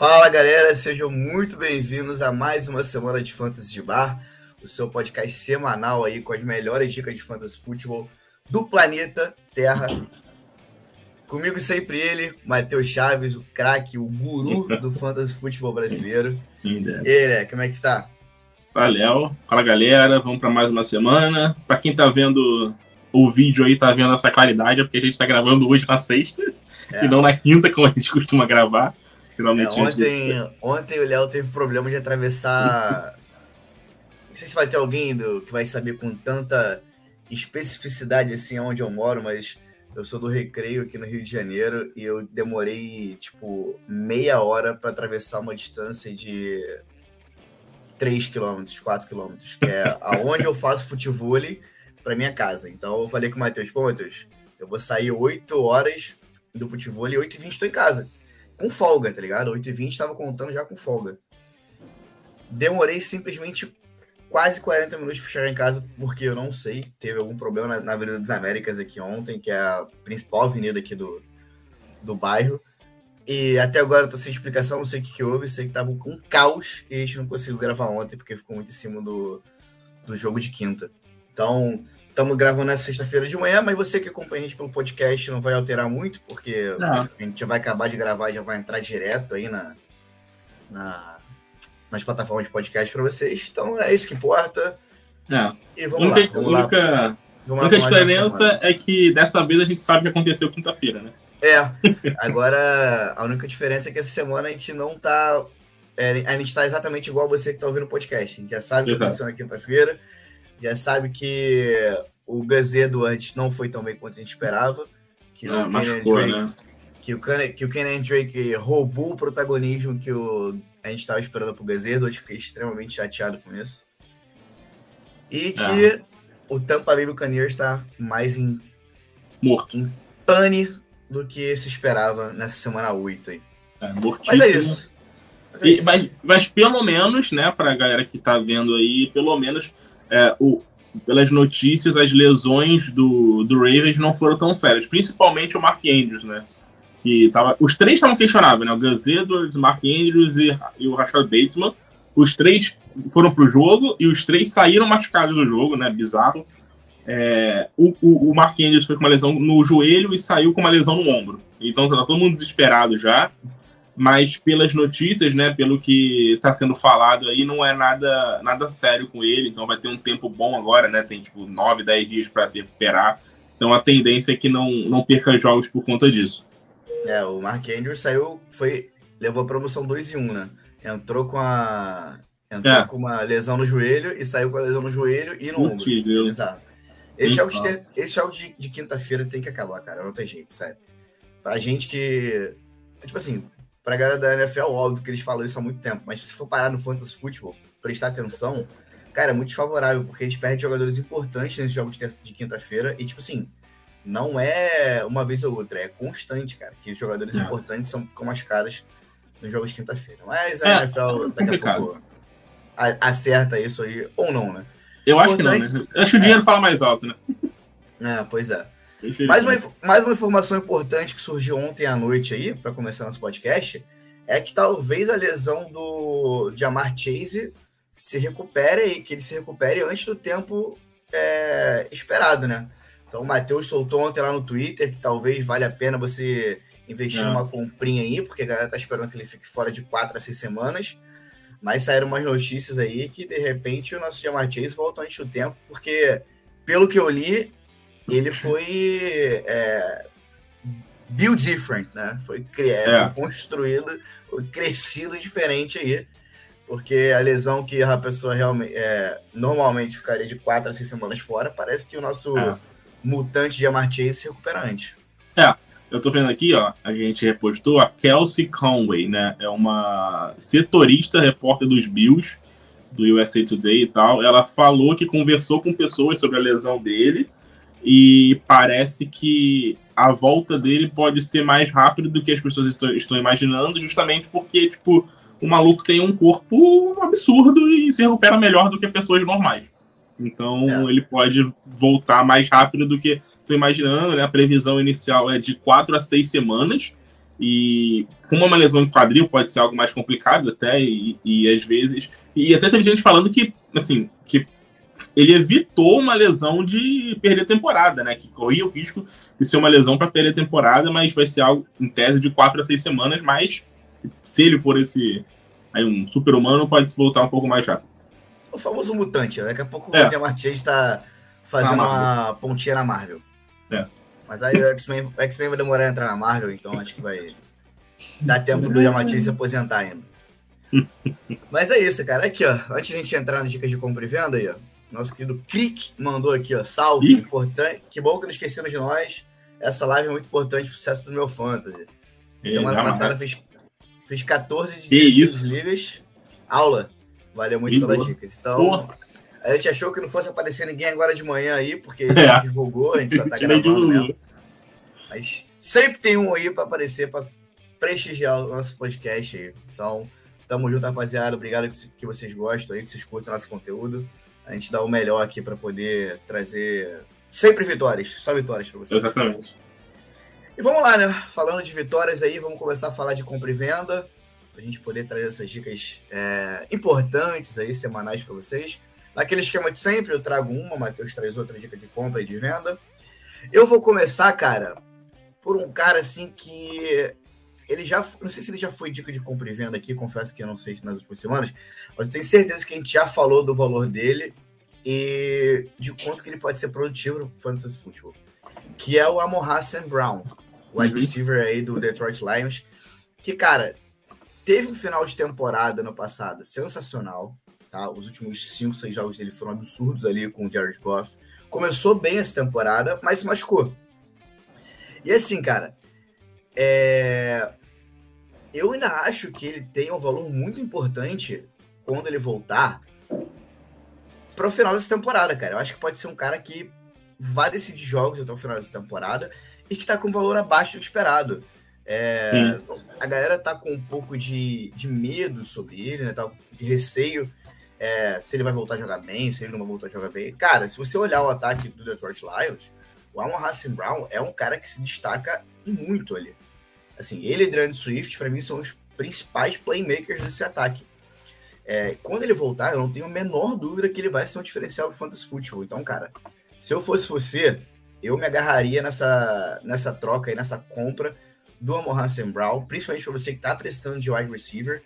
Fala galera, sejam muito bem-vindos a mais uma semana de Fantasy de Bar, o seu podcast semanal aí com as melhores dicas de Fantasy Futebol do planeta Terra. Comigo sempre ele, Matheus Chaves, o craque, o guru do Fantasy Futebol brasileiro. Ele, como é que está? Valeu, fala galera, vamos para mais uma semana. Para quem tá vendo o vídeo aí, tá vendo essa claridade, é porque a gente tá gravando hoje na sexta e não na quinta, como a gente costuma gravar. Ontem o Léo teve problema de atravessar. Não sei se vai ter alguém que vai saber com tanta especificidade assim onde eu moro, mas eu sou do Recreio aqui no Rio de Janeiro e eu demorei tipo meia hora para atravessar uma distância de 3 km, 4 km, que é aonde eu faço futevôlei para minha casa. Então eu falei com o Matheus, Matheus, eu vou sair 8 horas do futevôlei e 8h20 estou em casa. Com folga, tá ligado? 8h20 tava contando já com folga. Demorei simplesmente quase 40 minutos para chegar em casa, porque eu não sei, teve algum problema na Avenida das Américas aqui ontem, que é a principal avenida aqui do bairro. E até agora eu tô sem explicação, não sei o que houve, sei que tava com caos e a gente não conseguiu gravar ontem, porque ficou muito em cima do jogo de quinta. Então, estamos gravando nessa sexta-feira de manhã, mas você que acompanha a gente pelo podcast não vai alterar muito, porque a gente já vai acabar de gravar e já vai entrar direto aí nas plataformas de podcast para vocês. Então é isso que importa. E vamos lá. A única diferença é que dessa vez a gente sabe o que aconteceu quinta-feira, né? Agora a única diferença é que essa semana a gente não tá... a gente tá exatamente igual você que tá ouvindo o podcast. A gente já sabe o que aconteceu na quinta-feira, já sabe que o Gazedo antes não foi tão bem quanto a gente esperava. Que o Kenyan Drake roubou o protagonismo que a gente estava esperando pro Gazedo. Eu fiquei extremamente chateado com isso. E que o Tampa Bay Buccaneers está mais morto em pane do que se esperava nessa semana 8 aí. Mortíssimo. Mas é isso. Mas pelo menos, né, pra galera que tá vendo aí, pelo menos pelas notícias, as lesões do Ravens não foram tão sérias. Principalmente o Mark Andrews, né? Os três estavam questionáveis, né? O Gus Edwards, o Mark Andrews e o Rashad Bateman. Os três foram pro jogo e os três saíram machucados do jogo, né? Bizarro. O Mark Andrews foi com uma lesão no joelho e saiu com uma lesão no ombro. Então tá todo mundo desesperado já. Mas pelas notícias, né, pelo que está sendo falado aí, não é nada sério com ele, então vai ter um tempo bom agora, né, tem tipo 9, 10 dias para se recuperar, então a tendência é que não perca jogos por conta disso. O Mark Andrews levou a promoção 2-1, né, entrou com uma lesão no joelho e saiu com a lesão no joelho e no ombro. Exato. Esse jogo de quinta-feira tem que acabar, cara, não tem jeito, sério. Pra gente que, tipo assim, pra galera da NFL, óbvio que eles falam isso há muito tempo, mas se for parar no Fantasy Futebol, prestar atenção, cara, é muito desfavorável, porque a gente perde jogadores importantes nesses jogos de quinta-feira, e tipo assim, não é uma vez ou outra, é constante, cara, que os jogadores importantes ficam machucados nos jogos de quinta-feira. Mas a NFL daqui a pouco acerta isso aí, ou não, né? Eu acho que não, né? Eu acho que o dinheiro fala mais alto, né? Pois é. Mais uma informação importante que surgiu ontem à noite aí, para começar nosso podcast, é que talvez a lesão do Ja'Marr Chase se recupere antes do tempo esperado, né? Então o Matheus soltou ontem lá no Twitter que talvez valha a pena você investir numa comprinha aí, porque a galera tá esperando que ele fique fora de 4 a 6 semanas, mas saíram umas notícias aí que de repente o nosso Ja'Marr Chase volta antes do tempo, porque pelo que eu li, ele foi build different, né? Foi construído, foi crescido diferente aí, porque a lesão que a pessoa realmente normalmente ficaria de 4 a 6 semanas fora, parece que o nosso mutante de Ja'Marr Chase se recupera antes. Eu tô vendo aqui, ó, a gente repostou a Kelsey Conway, né? É uma setorista, repórter dos Bills, do USA Today e tal. Ela falou que conversou com pessoas sobre a lesão dele, e parece que a volta dele pode ser mais rápida do que as pessoas estão imaginando, justamente porque, tipo, o maluco tem um corpo absurdo e se recupera melhor do que pessoas normais. Então, ele pode voltar mais rápido do que estou imaginando, né? A previsão inicial é de 4 a 6 semanas, E como uma lesão em quadril pode ser algo mais complicado até, e às vezes... E até teve gente falando que, assim, que ele evitou uma lesão de perder a temporada, né? Que corria o risco de ser uma lesão para perder a temporada, mas vai ser algo, em tese, de 4 a 6 semanas, mas se ele for aí um super-humano, pode se voltar um pouco mais rápido. O famoso mutante, né? Daqui a pouco o Wonder Martins está fazendo uma pontinha na Marvel. Mas aí o X-Men vai demorar a entrar na Marvel, então acho que vai dar tempo do Yamati se aposentar ainda. Mas é isso, cara. Aqui, ó. Antes de a gente entrar nas dicas de compra e venda aí, ó. Nosso querido Crick mandou aqui, ó. Salve, importante. Que bom que não esqueceram de nós. Essa live é muito importante pro sucesso do meu fantasy. Semana passada fiz 14 de 16 ligas. Aula. Valeu muito pelas dicas. Então, a gente achou que não fosse aparecer ninguém agora de manhã aí, porque a gente divulgou, a gente só tá gravando mesmo. Mas sempre tem um aí para aparecer, para prestigiar o nosso podcast aí. Então, tamo junto, rapaziada. Obrigado que vocês gostam aí, que vocês curtem o nosso conteúdo. A gente dá o melhor aqui para poder trazer sempre vitórias, só vitórias para vocês. Exatamente. E vamos lá, né? Falando de vitórias aí, vamos começar a falar de compra e venda, para a gente poder trazer essas dicas importantes aí, semanais para vocês. Naquele esquema de sempre, eu trago uma, o Matheus traz outra dica de compra e de venda. Eu vou começar, cara, por um cara assim que ele já, não sei se ele já foi dica de compra e venda aqui, confesso que eu não sei nas últimas semanas, mas eu tenho certeza que a gente já falou do valor dele e de quanto que ele pode ser produtivo no Fantasy Football, que é o Amon-Ra St. Brown, o wide receiver aí do Detroit Lions, que, cara, teve um final de temporada no passado sensacional, tá? Os últimos 5, 6 jogos dele foram absurdos ali com o Jared Goff. Começou bem essa temporada, mas se machucou. E assim, cara, eu ainda acho que ele tem um valor muito importante quando ele voltar para o final dessa temporada, cara. Eu acho que pode ser um cara que vai decidir jogos até o final dessa temporada e que tá com um valor abaixo do esperado. A galera tá com um pouco de medo sobre ele, né? Tá de receio se ele vai voltar a jogar bem, se ele não vai voltar a jogar bem. Cara, se você olhar o ataque do Detroit Lions, o Amon-Ra St. Brown é um cara que se destaca muito ali. Assim, ele e DeAndre Swift, para mim, são os principais playmakers desse ataque. Quando ele voltar, eu não tenho a menor dúvida que ele vai ser um diferencial do Fantasy Football. Então, cara, se eu fosse você, eu me agarraria nessa troca aí, nessa compra do Amon-Ra St. Brown, principalmente para você que tá precisando de wide receiver.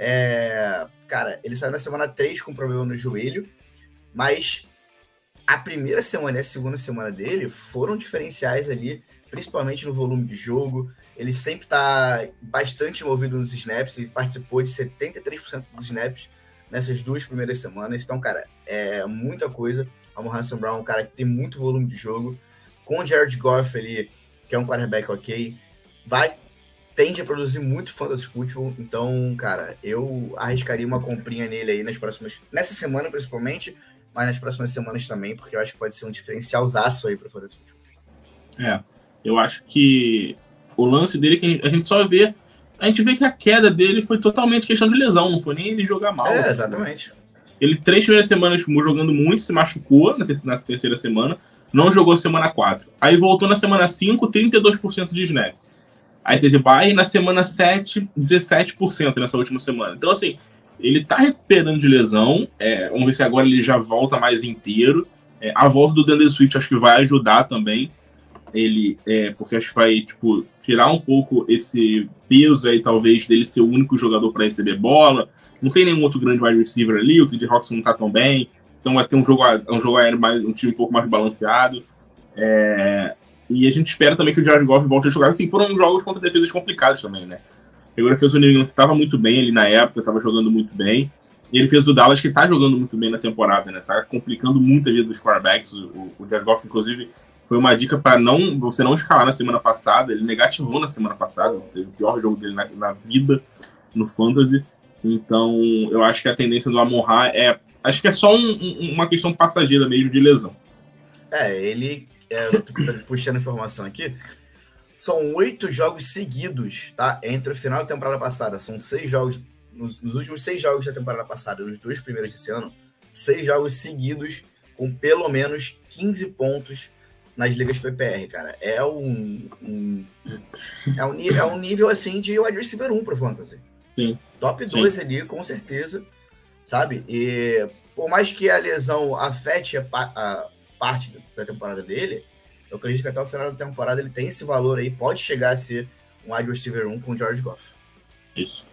Cara, ele saiu na semana 3 com problema no joelho, mas a primeira semana e a segunda semana dele foram diferenciais ali, principalmente no volume de jogo. Ele sempre tá bastante envolvido nos snaps, ele participou de 73% dos snaps nessas 2 primeiras semanas. Então, cara, é muita coisa. O Amon-Ra St. Brown é um cara que tem muito volume de jogo. Com o Jared Goff ali, que é um quarterback ok, tende a produzir muito fantasy football. Então, cara, eu arriscaria uma comprinha nele aí nessa semana principalmente, mas nas próximas semanas também, porque eu acho que pode ser um diferencialzaço aí para o fantasy football. Eu acho que o lance dele que a gente só vê, a gente vê que a queda dele foi totalmente questão de lesão, não foi nem ele jogar mal. Exatamente. Ele 3 primeiras semanas jogando muito, se machucou na terceira semana, não jogou semana 4. Aí voltou na semana 5, 32% de snap. Aí teve bye, na semana 7, 17% nessa última semana. Então, assim, ele tá recuperando de lesão. Vamos ver se agora ele já volta mais inteiro. A volta do DeAndre Swift acho que vai ajudar também. Ele, porque acho que vai, tirar um pouco esse peso aí, talvez, dele ser o único jogador para receber bola. Não tem nenhum outro grande wide receiver ali, o TJ Hawkinson não tá tão bem. Então vai ter um jogo aéreo, um time um pouco mais balanceado. E a gente espera também que o Jared Goff volte a jogar. Assim, foram jogos contra defesas complicados também, né? Agora fez o New England, que estava muito bem ali na época, estava jogando muito bem. E ele fez o Dallas, que está jogando muito bem na temporada, né? Tá complicando muito a vida dos quarterbacks. O Jared Goff, inclusive, foi uma dica para você não escalar na semana passada. Ele negativou na semana passada, teve o pior jogo dele na vida no Fantasy. Então, eu acho que a tendência do Amon-Ra acho que é só uma questão passageira mesmo de lesão. Ele... puxando informação aqui, são 8 jogos seguidos, tá? Entre o final da temporada passada, são 6 jogos, nos últimos 6 jogos da temporada passada, nos 2 primeiros desse ano, 6 jogos seguidos com pelo menos 15 pontos nas ligas PPR, cara. É um nível, assim, de wide receiver 1 pro Fantasy. Sim. Top 2 ali, com certeza, sabe? E por mais que a lesão afete a parte da temporada dele, eu acredito que até o final da temporada ele tem esse valor aí, pode chegar a ser um wide receiver 1 com o George Goff. Isso.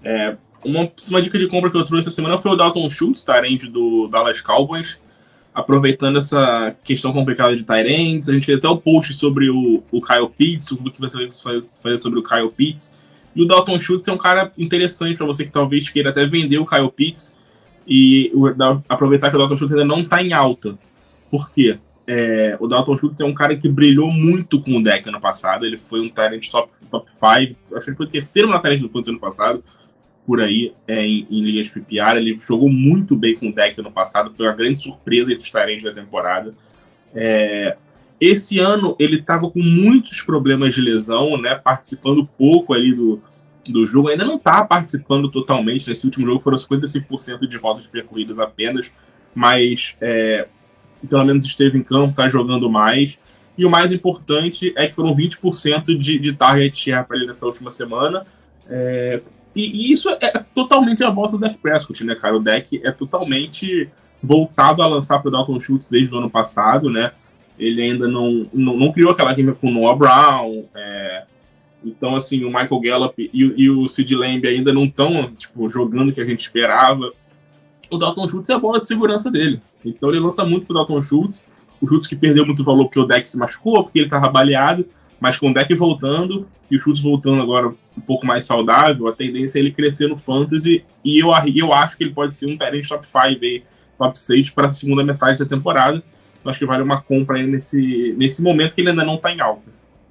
Uma dica de compra que eu trouxe essa semana foi o Dalton Schultz, tight end do Dallas Cowboys. Aproveitando essa questão complicada de tight ends, a gente fez até o post sobre o Kyle Pitts, o que você vai fazer sobre o Kyle Pitts. E o Dalton Schultz é um cara interessante para você que talvez queira até vender o Kyle Pitts e aproveitar que o Dalton Schultz ainda não está em alta. Por quê? O Dalton Schultz é um cara que brilhou muito com o deck ano passado. Ele foi um tight end top 5. Acho que ele foi o terceiro na tight end do Fantasy ano passado. Por aí, em ligas PPR, ele jogou muito bem com o deck ano passado, foi uma grande surpresa entre os talentos da temporada. Esse ano, ele estava com muitos problemas de lesão, né, participando pouco ali do jogo, ainda não está participando totalmente, nesse último jogo foram 55% de voltas percorridas apenas, mas pelo menos esteve em campo, está jogando mais, e o mais importante é que foram 20% de target share para ele nessa última semana, e isso é totalmente a volta do Dak Prescott, né, cara? O Dak é totalmente voltado a lançar para o Dalton Schultz desde o ano passado, né? Ele ainda não criou aquela química com o Noah Brown. Então, assim, o Michael Gallup e o Sid Lamb ainda não estão jogando o que a gente esperava. O Dalton Schultz é a bola de segurança dele. Então ele lança muito pro Dalton Schultz. O Schultz que perdeu muito valor porque o Dak se machucou, porque ele estava baleado. Mas com o Dak voltando e o Schultz voltando agora um pouco mais saudável, a tendência é ele crescer no Fantasy. E eu acho que ele pode ser um talent top 5 aí, top 6 para a segunda metade da temporada. Eu acho que vale uma compra aí nesse momento que ele ainda não está em alta.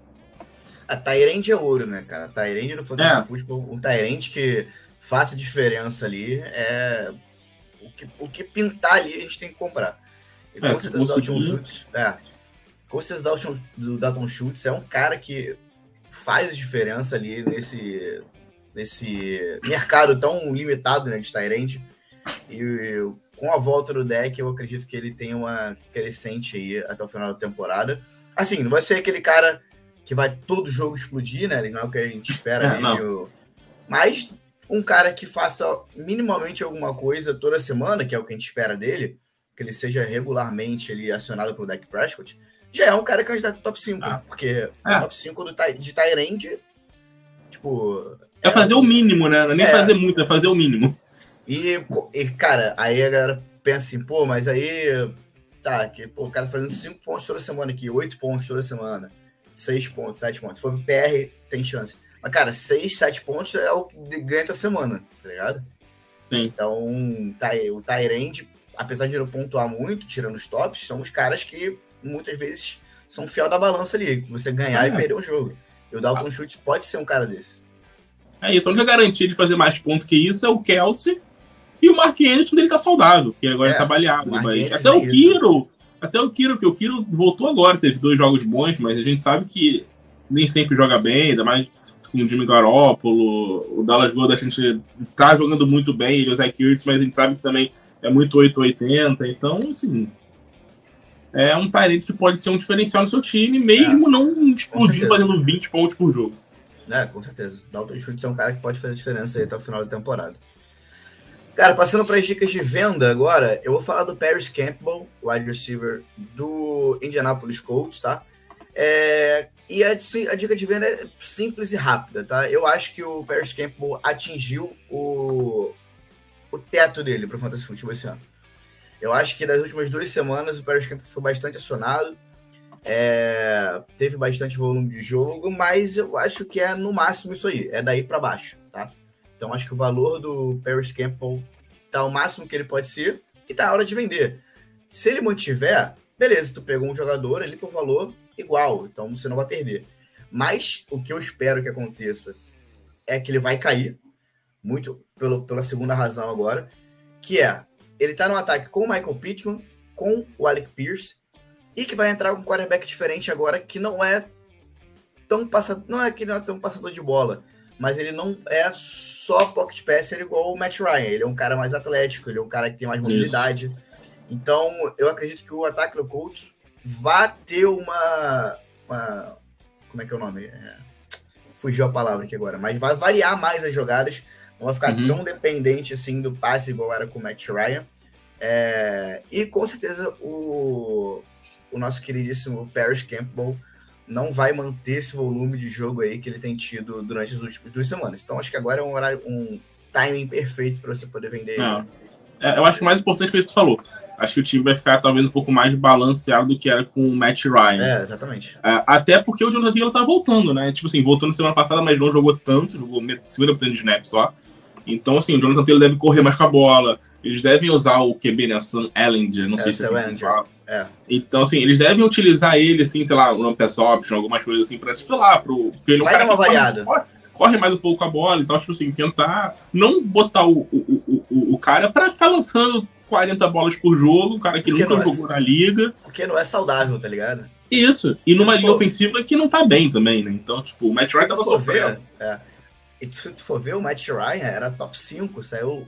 A Tyrande é ouro, né, cara? A Tyrande no Fantasy Football, um Tyrande que faça diferença ali, o que pintar ali a gente tem que comprar. E com certeza o Dalton Schultz é um cara que faz diferença ali nesse mercado tão limitado, né, de Tyrande. E com a volta do deck, eu acredito que ele tem uma crescente aí até o final da temporada. Assim, não vai ser aquele cara que vai todo jogo explodir, né? Não é o que a gente espera. Mas um cara que faça minimamente alguma coisa toda semana, que é o que a gente espera dele, que ele seja regularmente ali acionado pelo Dak Prescott, já é um cara candidato top 5. Porque o top 5 de Tyrande, é fazer o mínimo, né? Não é nem fazer muito, é fazer o mínimo. E, cara, aí a galera pensa assim, pô, mas aí o cara fazendo 5 pontos toda semana aqui, 8 pontos toda semana, 6 pontos, 7 pontos. Se for pro PR, tem chance. Mas, cara, 6, 7 pontos é o que ganha toda semana, tá ligado? Sim. Então, o Tyrande, apesar de ele pontuar muito, tirando os tops, são os caras que muitas vezes são fiel da balança ali, você ganhar e perder o jogo. E o Dalton Schultz pode ser um cara desse. É isso, a única garantia de fazer mais pontos que isso é o Kelsey e o Mark Andrews quando ele tá saudável, porque agora ele tá baleado. Mas até o Kiro, que o Kiro voltou agora, teve 2 jogos bons, mas a gente sabe que nem sempre joga bem, ainda mais com o Jimmy Garoppolo, o Dallas Gold a gente tá jogando muito bem, ele e o Zach Ertz, mas a gente sabe que também é muito 880, então, assim, é um talento que pode ser um diferencial no seu time, mesmo não explodindo fazendo 20 pontos por jogo. Com certeza. Dalton Schultz é um cara que pode fazer diferença aí até o final da temporada. Cara, passando para as dicas de venda agora, eu vou falar do Paris Campbell, wide receiver do Indianapolis Colts, tá? E a dica de venda é simples e rápida, tá? Eu acho que o Paris Campbell atingiu o teto dele para o Fantasy Football esse ano. Eu acho que nas últimas 2 semanas o Paris Campbell foi bastante acionado, teve bastante volume de jogo, mas eu acho que é no máximo isso aí, é daí para baixo, tá? Então acho que o valor do Paris Campbell tá ao máximo que ele pode ser e tá a hora de vender. Se ele mantiver, beleza, tu pegou um jogador ali por valor igual, então você não vai perder. Mas o que eu espero que aconteça é que ele vai cair, muito pela segunda razão agora, que ele tá no ataque com o Michael Pittman, com o Alec Pierce, e que vai entrar com um quarterback diferente agora, que não é tão passador de bola, mas ele não é só pocket passer igual o Matt Ryan, ele é um cara mais atlético, ele é um cara que tem mais mobilidade. Então, eu acredito que o ataque do Colts vai ter uma como é que é o nome? Fugiu a palavra aqui agora, mas vai variar mais as jogadas, não vai ficar tão dependente assim do passe igual era com o Matt Ryan. E com certeza o nosso queridíssimo Paris Campbell não vai manter esse volume de jogo aí que ele tem tido durante as últimas 2 semanas. Então acho que agora é um timing perfeito para você poder vender ele. Eu acho que o mais importante foi isso que tu falou. Acho que o time vai ficar talvez um pouco mais balanceado do que era com o Matt Ryan. Exatamente. Até porque o Jonathan Taylor tá voltando, né? Tipo assim, voltou na semana passada, mas não jogou tanto, jogou 50% de snap só. Então, assim, o Jonathan Taylor deve correr mais com a bola. Eles devem usar o QB, né? Sam Ehlinger, não sei se é assim que fala. Então, assim, eles devem utilizar ele, assim, sei lá, um pass option, algumas coisas assim, pra, tipo, lá, porque ele é um cara que variada. Corre mais um pouco com a bola e tal, tipo assim, tentar não botar o cara pra ficar lançando 40 bolas por jogo, o cara que nunca jogou na liga. Porque não é saudável, tá ligado? Isso. E numa linha ofensiva que não tá bem também, né? Então, tipo, o Matt Ryan tava sofrendo. E se tu for ver, o Matt Ryan era top 5, saiu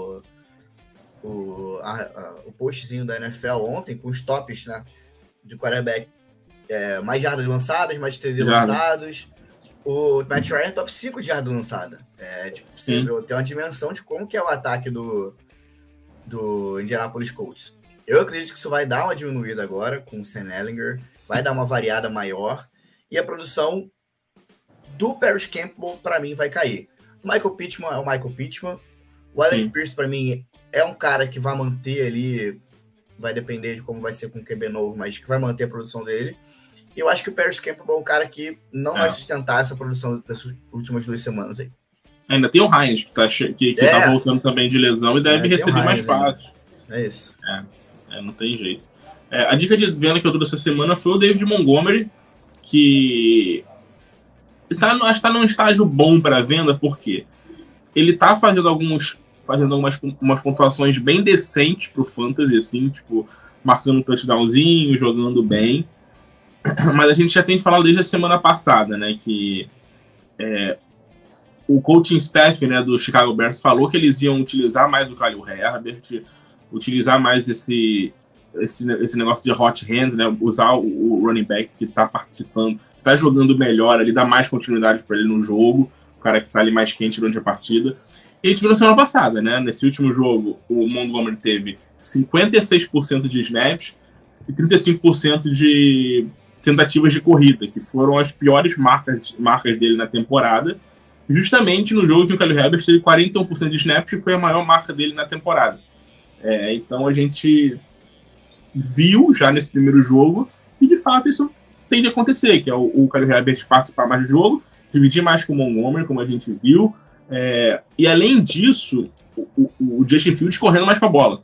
o postzinho da NFL ontem com os tops, né? De quarterback. Mais jardas lançadas, mais TD lançados. O Matt Ryan é top 5 de jardas lançadas. Você tem uma dimensão de como que é o ataque do Indianapolis Colts. Eu acredito que isso vai dar uma diminuída agora com o Sam Ehlinger, vai dar uma variada maior, e a produção do Paris Campbell, para mim, vai cair. O Michael Pittman é o Michael Pittman. O Alec Pierce, para mim, é um cara que vai manter ali, vai depender de como vai ser com o QB novo, mas que vai manter a produção dele. E eu acho que o Paris Campbell é um cara que não vai sustentar essa produção dessas últimas 2 semanas aí. Ainda tem o Hines, que tá voltando também de lesão e deve receber mais fácil. É isso. Não tem jeito. A dica de venda que eu dou essa semana foi o David Montgomery, que acho que tá num estágio bom para venda, porque ele tá fazendo umas pontuações bem decentes pro Fantasy, assim, tipo, marcando um touchdownzinho, jogando bem. Mas a gente já tem falado desde a semana passada, né, que o coaching staff, né, do Chicago Bears falou que eles iam utilizar mais o Khalil Herbert, utilizar mais esse negócio de hot hand, né, usar o running back que tá participando, tá jogando melhor ali, dar mais continuidade para ele no jogo, o cara que tá ali mais quente durante a partida. E a gente viu na semana passada, né, nesse último jogo, o Montgomery teve 56% de snaps e 35% de tentativas de corrida, que foram as piores marcas dele na temporada, justamente no jogo que o Khalil Herbert teve 41% de snaps, que foi a maior marca dele na temporada. Então a gente viu já nesse primeiro jogo e de fato isso tende a acontecer, que é o Khalil Herbert participar mais do jogo, dividir mais com o Montgomery, como a gente viu, e além disso o Justin Fields correndo mais com a bola,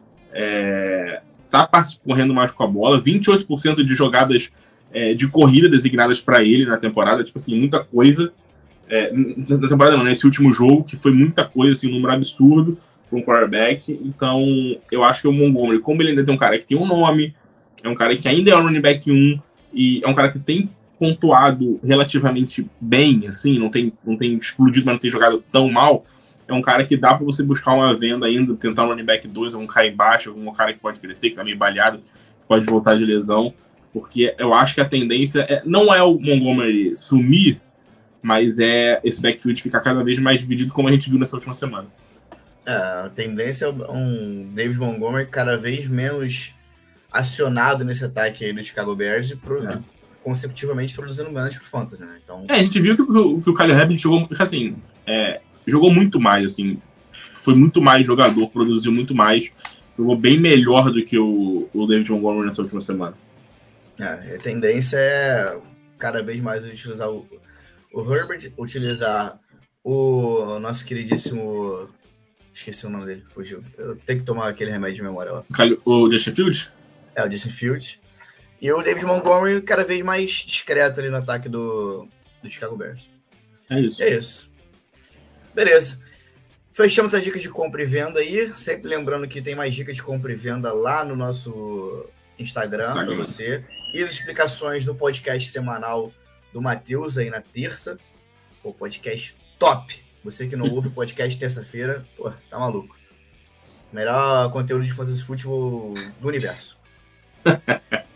tá correndo mais com a bola, 28% de jogadas de corrida designadas para ele na temporada, tipo assim, muita coisa. Na temporada não, nesse último jogo, que foi muita coisa, assim, um número absurdo para um quarterback. Então, eu acho que o Montgomery, como ele ainda tem um cara que tem um nome, é um cara que ainda é um running back 1, e é um cara que tem pontuado relativamente bem, assim, não tem explodido, mas não tem jogado tão mal, é um cara que dá para você buscar uma venda ainda, tentar um running back 2, algum cara embaixo, algum cara que pode crescer, que tá meio baleado, pode voltar de lesão, porque eu acho que a tendência não é o Montgomery sumir, mas esse backfield ficar cada vez mais dividido, como a gente viu nessa última semana. A tendência é um David Montgomery cada vez menos acionado nesse ataque aí do Chicago Bears e consecutivamente produzindo menos pro Fantasy, né? Então... a gente viu que o Khalil Herbert jogou, assim, jogou muito mais, assim, foi muito mais jogador, produziu muito mais, jogou bem melhor do que o David Montgomery nessa última semana. A tendência é cada vez mais utilizar o Herbert, utilizar o nosso queridíssimo... Esqueci o nome dele, fugiu. Eu tenho que tomar aquele remédio de memória lá. O Justin Fields? O Justin Fields. E o David Montgomery cada vez mais discreto ali no ataque do Chicago Bears. É isso. E é isso. Beleza. Fechamos as dicas de compra e venda aí. Sempre lembrando que tem mais dicas de compra e venda lá no nosso Instagram para você. E as explicações do podcast semanal do Matheus aí na terça. Pô, podcast top. Você que não ouve o podcast terça-feira, pô, tá maluco. Melhor conteúdo de fantasy futebol do universo.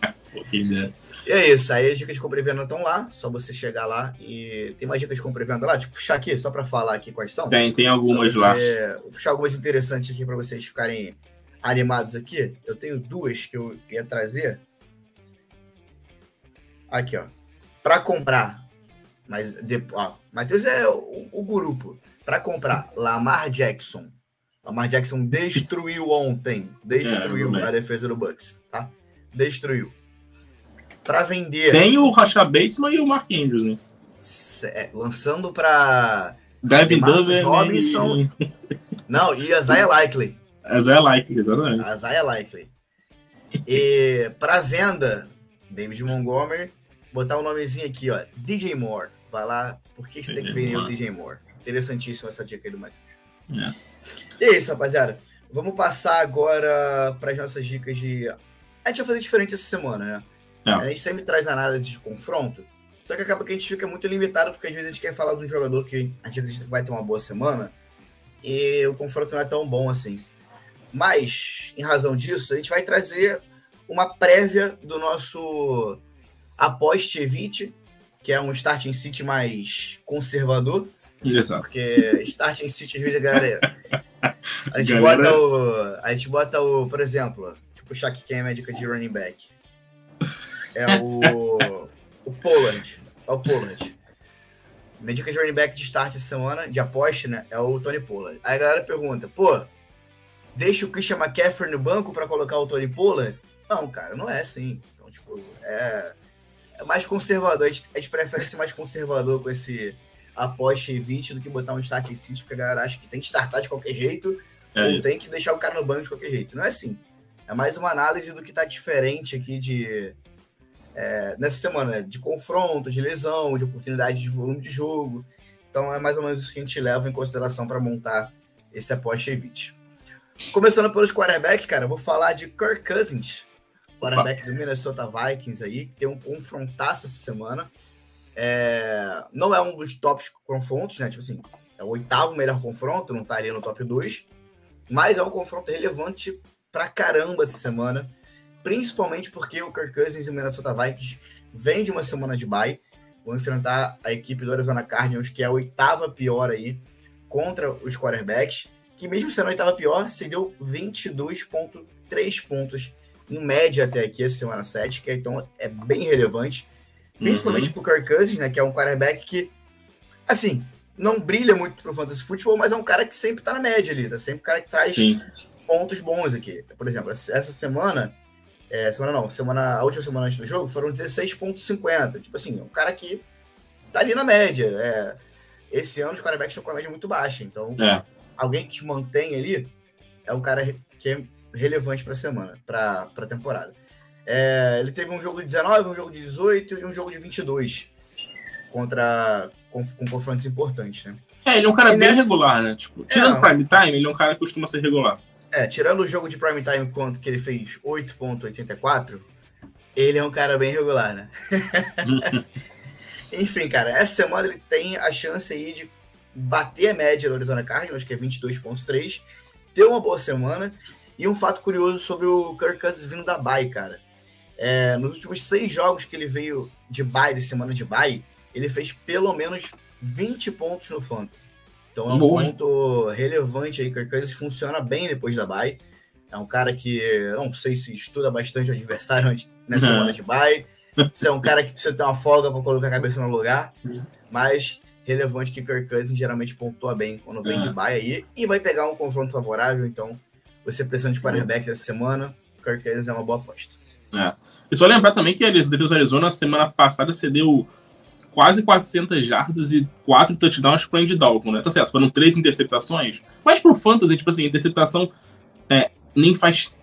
Que ideia. E é isso, aí as dicas de compra e venda estão lá, só você chegar lá e tem mais dicas de compra e venda lá, tipo, puxar aqui, só para falar aqui quais são. Tem algumas lá. Vou puxar algumas interessantes aqui para vocês ficarem animados aqui. Eu tenho duas que eu ia trazer. Aqui, ó. Para comprar, mas Matheus é o grupo. Para comprar, Lamar Jackson. Lamar Jackson destruiu ontem. Destruiu a defesa do Bucks, tá? Destruiu. Para vender... Tem o Rashad Bateman e o Mark Andrews, né? Lançando para... Devin Duvernay Robinson. Não, e Isaiah Likely. Isaiah Likely, exatamente. Isaiah Likely. E para venda, David Montgomery, botar um nomezinho aqui, ó. DJ Moore. Vai lá, por que você tem que vender o DJ Moore? Interessantíssima essa dica aí do Matheus. E é isso, rapaziada. Vamos passar agora para as nossas dicas de... A gente vai fazer diferente essa semana, né? A gente sempre traz análise de confronto, só que acaba que a gente fica muito limitado, porque às vezes a gente quer falar de um jogador que a gente acredita que vai ter uma boa semana e o confronto não é tão bom assim. Mas, em razão disso, a gente vai trazer uma prévia do nosso Aposte Evite, que é um starting city mais conservador. Exato. Porque starting city, às vezes, a galera... A gente bota o... Por exemplo, deixa eu puxar aqui quem é a médica de running back. É o Pollard. É o Pollard. Minha dica de running back de start essa semana, de aposta, né? É o Tony Pollard. Aí a galera pergunta, deixa o Christian McCaffrey no banco pra colocar o Tony Pollard? Não, cara, não é assim. Então, tipo, é mais conservador. A gente prefere ser mais conservador com esse aposta e 20 do que botar um start em sítio, porque a galera acha que tem que startar de qualquer jeito ou tem que deixar o cara no banco de qualquer jeito. Não é assim. É mais uma análise do que tá diferente aqui nessa semana, de confronto, de lesão, de oportunidade de volume de jogo. Então é mais ou menos isso que a gente leva em consideração para montar esse aposta e 20. Começando pelos quarterback, cara, eu vou falar de Kirk Cousins, quarterback do Minnesota Vikings aí, que tem um confrontaço essa semana. Não é um dos tops confrontos, né? Tipo assim, é o 8º melhor confronto, não tá ali no top 2, mas é um confronto relevante pra caramba essa semana, principalmente porque o Kirk Cousins e o Minnesota Vikings vêm de uma semana de bye, vão enfrentar a equipe do Arizona Cardinals, que é a 8ª pior aí, contra os quarterbacks, que mesmo sendo a 8ª pior, se deu 22,3 pontos em média até aqui, essa semana 7, que então é bem relevante, principalmente pro Kirk Cousins, né, que é um quarterback que, assim, não brilha muito pro fantasy futebol, mas é um cara que sempre tá na média ali, tá sempre um cara que traz pontos bons aqui. Por exemplo, essa semana, a última semana antes do jogo, foram 16,50. Tipo assim, é um cara que tá ali na média. Esse ano os quarterbacks estão com a média muito baixa, então alguém que te mantém ali é um cara que é relevante pra semana, pra temporada. Ele teve um jogo de 19, um jogo de 18 e um jogo de 22 com confrontos importantes, né? Ele é um cara bem regular, né? Tipo, tirando Prime Time, ele é um cara que costuma ser regular. Tirando o jogo de Prime Time, quanto que ele fez 8,84, ele é um cara bem regular, né? Enfim, cara, essa semana ele tem a chance aí de bater a média do Arizona Cardinals, que é 22,3, ter uma boa semana. E um fato curioso sobre o Kirk Cousins vindo da bye, cara. Nos últimos 6 jogos que ele veio de semana de bye, ele fez pelo menos 20 pontos no Fantasy. Então é um ponto relevante aí. Kirk Cousins funciona bem depois da bye. É um cara que, não sei se estuda bastante o adversário nessa semana de bye. Se é um cara que precisa ter uma folga para colocar a cabeça no lugar. Mas relevante que Kirk Cousins geralmente pontua bem quando vem de bye aí. E vai pegar um confronto favorável. Então, você precisando de quarterback essa semana, Kirk Cousins é uma boa aposta. E só lembrar também que a defesa do Arizona, semana passada, cedeu quase 400 jardas e 4 touchdowns para o Andy Dalton, né? Tá certo, foram 3 interceptações, mas pro Fantasy, tipo assim, interceptação nem faz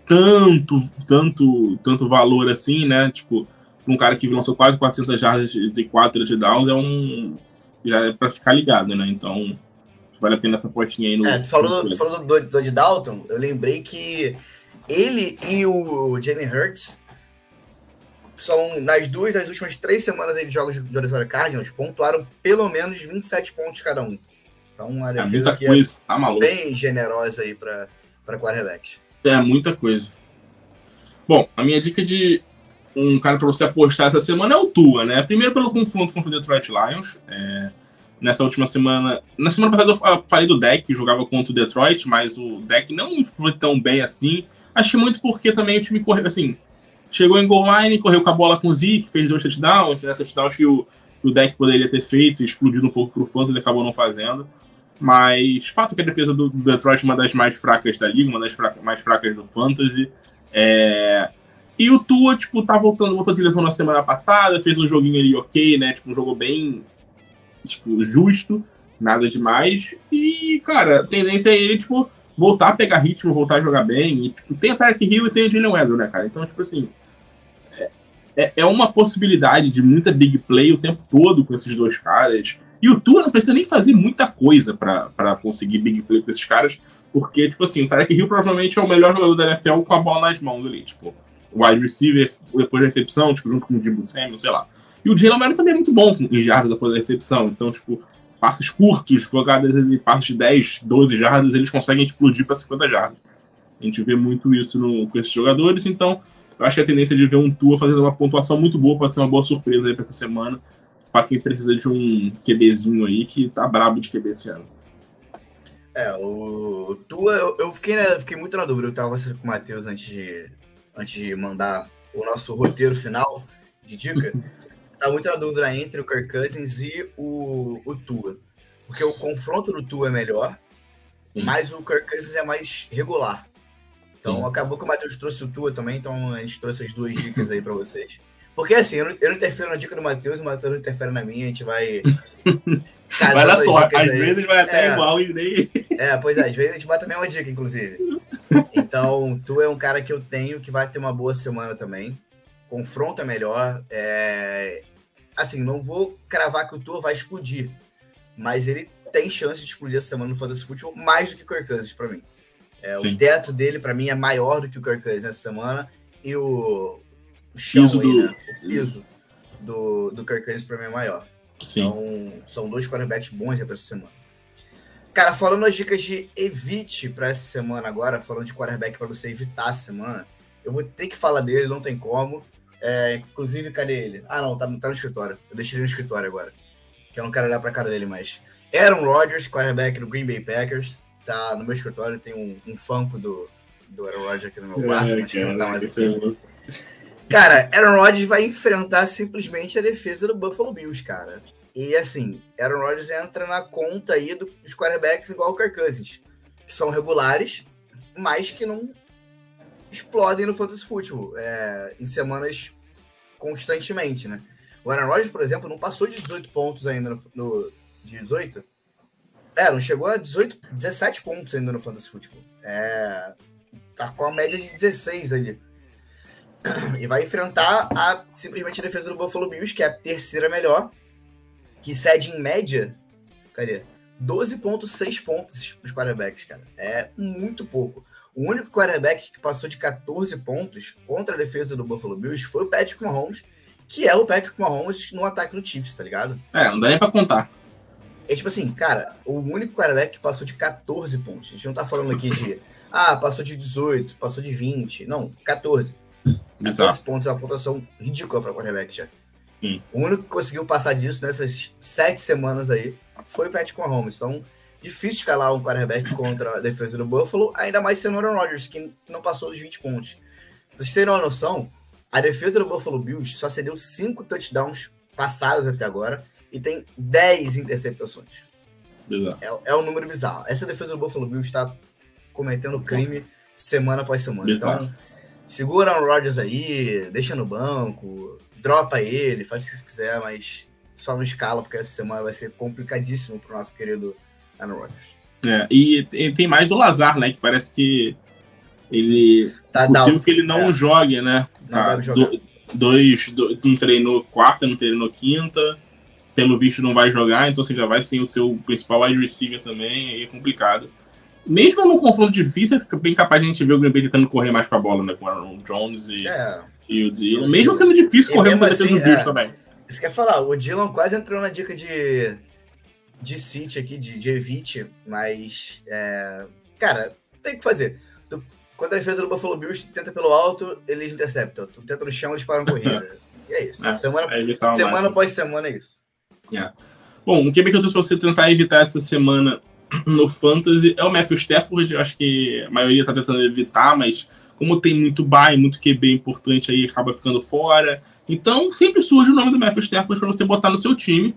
tanto valor assim, né? Tipo, um cara que lançou quase 400 jardas e 4 touchdowns já é para ficar ligado, né? Então, vale a pena essa potinha aí no... Tu falou do Andy Dalton, eu lembrei que ele e o Jalen Hurts são, nas últimas 3 semanas aí de jogos do Arizona Cardinals, pontuaram pelo menos 27 pontos cada um. Então, uma defesa que bem generosa aí para quarterbacks. Muita coisa. Bom, a minha dica de um cara para você apostar essa semana é o Tua, né? Primeiro pelo confronto contra o Detroit Lions. Nessa última semana... Na semana passada eu falei do deck, que jogava contra o Detroit, mas o deck não foi tão bem assim. Acho que muito porque também o time correu, assim... Chegou em goal line, correu com a bola com o Zeke, fez 2 touchdowns, né? Touchdowns que o deck poderia ter feito, explodido um pouco pro Fantasy, ele acabou não fazendo. Mas fato que a defesa do Detroit é uma das mais fracas da liga, uma das mais fracas do Fantasy. E o Tua, tipo, voltou de lesão na semana passada, fez um joguinho ali ok, né? Tipo, um jogo bem, tipo, justo, nada demais. E, cara, a tendência é ele, tipo, voltar a pegar ritmo, voltar a jogar bem. E, tipo, tem a Tyreek Hill e tem o Jalen Waddle, né, cara? Então, tipo assim, é uma possibilidade de muita big play o tempo todo com esses dois caras. E o Tua não precisa nem fazer muita coisa pra conseguir big play com esses caras, porque, tipo assim, o Tyreek Hill provavelmente é o melhor jogador da NFL com a bola nas mãos ali, tipo, wide receiver depois da recepção, tipo, junto com o Deebo Samuel, sei lá. E o Jalen Waddle também é muito bom em jardas depois da recepção, então, tipo, passes curtos, jogadas de passes de 10, 12 jardas, eles conseguem explodir para 50 jardas. A gente vê muito isso com esses jogadores, então eu acho que a tendência de ver um Tua fazendo uma pontuação muito boa pode ser uma boa surpresa aí para essa semana, para quem precisa de um QBzinho aí que tá brabo de QB esse ano. O Tua, eu fiquei muito na dúvida. Eu tava conversando com o Matheus antes de mandar o nosso roteiro final de dica. Tava muito na dúvida entre o Kirk Cousins e o Tua. Porque o confronto do Tua é melhor, mas o Kirk Cousins é mais regular. Então acabou que o Matheus trouxe o Tua também, então a gente trouxe as 2 dicas aí pra vocês. Porque assim, eu não interfiro na dica do Matheus, o Matheus não interfere na minha, a gente vai... Vai na sorte, às vezes vai até igual e nem... Pois é, às vezes a gente bate a mesma dica, inclusive. Então, tu é um cara que eu tenho que vai ter uma boa semana também. Confronto é melhor. Assim, não vou cravar que o Tua vai explodir, mas ele tem chance de explodir essa semana no Fantasy Football mais do que o Kirk Cousins pra mim. O teto dele, pra mim, é maior do que o Kirk Cousins nessa semana, e o chão aí, né? O piso do Kirk Cousins pra mim é maior. Sim. Então, são 2 quarterbacks bons pra essa semana. Cara, falando as dicas de evite pra essa semana agora, falando de quarterback pra você evitar a semana, eu vou ter que falar dele, não tem como. Inclusive, cadê ele? Ah, não, tá no escritório. Eu deixei ele no escritório agora, que eu não quero olhar pra cara dele mais. Aaron Rodgers, quarterback do Green Bay Packers, tá no meu escritório, tem um Funko do Aaron Rodgers aqui no meu quarto, mas que não tá mais aqui. Cara, Aaron Rodgers vai enfrentar simplesmente a defesa do Buffalo Bills, cara. E assim, Aaron Rodgers entra na conta aí dos quarterbacks igual o Kirk Cousins, que são regulares, mas que não explodem no Fantasy Football em semanas constantemente, né? O Aaron Rodgers, por exemplo, não passou de 18 pontos ainda de 18? Não chegou a 17 pontos ainda no Fantasy Football. Tá com a média de 16 ali. E vai enfrentar simplesmente a defesa do Buffalo Bills, que é a terceira melhor, que cede em média, 12,6 pontos os quarterbacks, cara. É muito pouco. O único quarterback que passou de 14 pontos contra a defesa do Buffalo Bills foi o Patrick Mahomes, que é o Patrick Mahomes no ataque do Chiefs, tá ligado? Não dá nem pra contar. Tipo assim, cara, o único quarterback que passou de 14 pontos. A gente não tá falando aqui de, passou de 18, passou de 20. Não, 14. 14 pontos é uma pontuação ridícula para quarterback já. O único que conseguiu passar disso nessas 7 semanas aí foi o Patrick Mahomes. Então, difícil escalar um quarterback contra a defesa do Buffalo, ainda mais sendo o Aaron Rodgers, que não passou dos 20 pontos. Pra vocês terem uma noção, a defesa do Buffalo Bills só cedeu 5 touchdowns passados até agora e tem 10 interceptações. É um número bizarro. Essa defesa do Buffalo Bills está cometendo crime semana após semana. Então, segura o Rodgers aí, deixa no banco, dropa ele, faz o que você quiser, mas só não escala, porque essa semana vai ser complicadíssimo pro nosso querido Aaron Rodgers. E tem mais do Lazar, né? Que parece que ele... É possível que ele não jogue, né? Não deve jogar. Não treinou quarta, não treinou quinta. Pelo visto não vai jogar, então você já vai sem o seu principal wide receiver também, aí é complicado. Mesmo num confronto difícil, fica bem capaz de a gente ver o Green Bay tentando correr mais com a bola, né? Com o Aaron Jones e o Dillon. Mesmo sendo difícil correr com a defesa do Bills também. Isso quer falar, o Dillon quase entrou na dica de City aqui, de evite, mas, cara, tem que fazer. Quando a defesa do Buffalo Bills tenta pelo alto, eles interceptam. Tu tenta no chão, eles param a corrida. E é isso. Semana após semana é isso. Bom, um QB que eu trouxe pra você tentar evitar essa semana no Fantasy é o Matthew Stafford. Eu acho que a maioria tá tentando evitar, mas como tem muito bye, muito QB importante aí, acaba ficando fora. Então, sempre surge o nome do Matthew Stafford para você botar no seu time.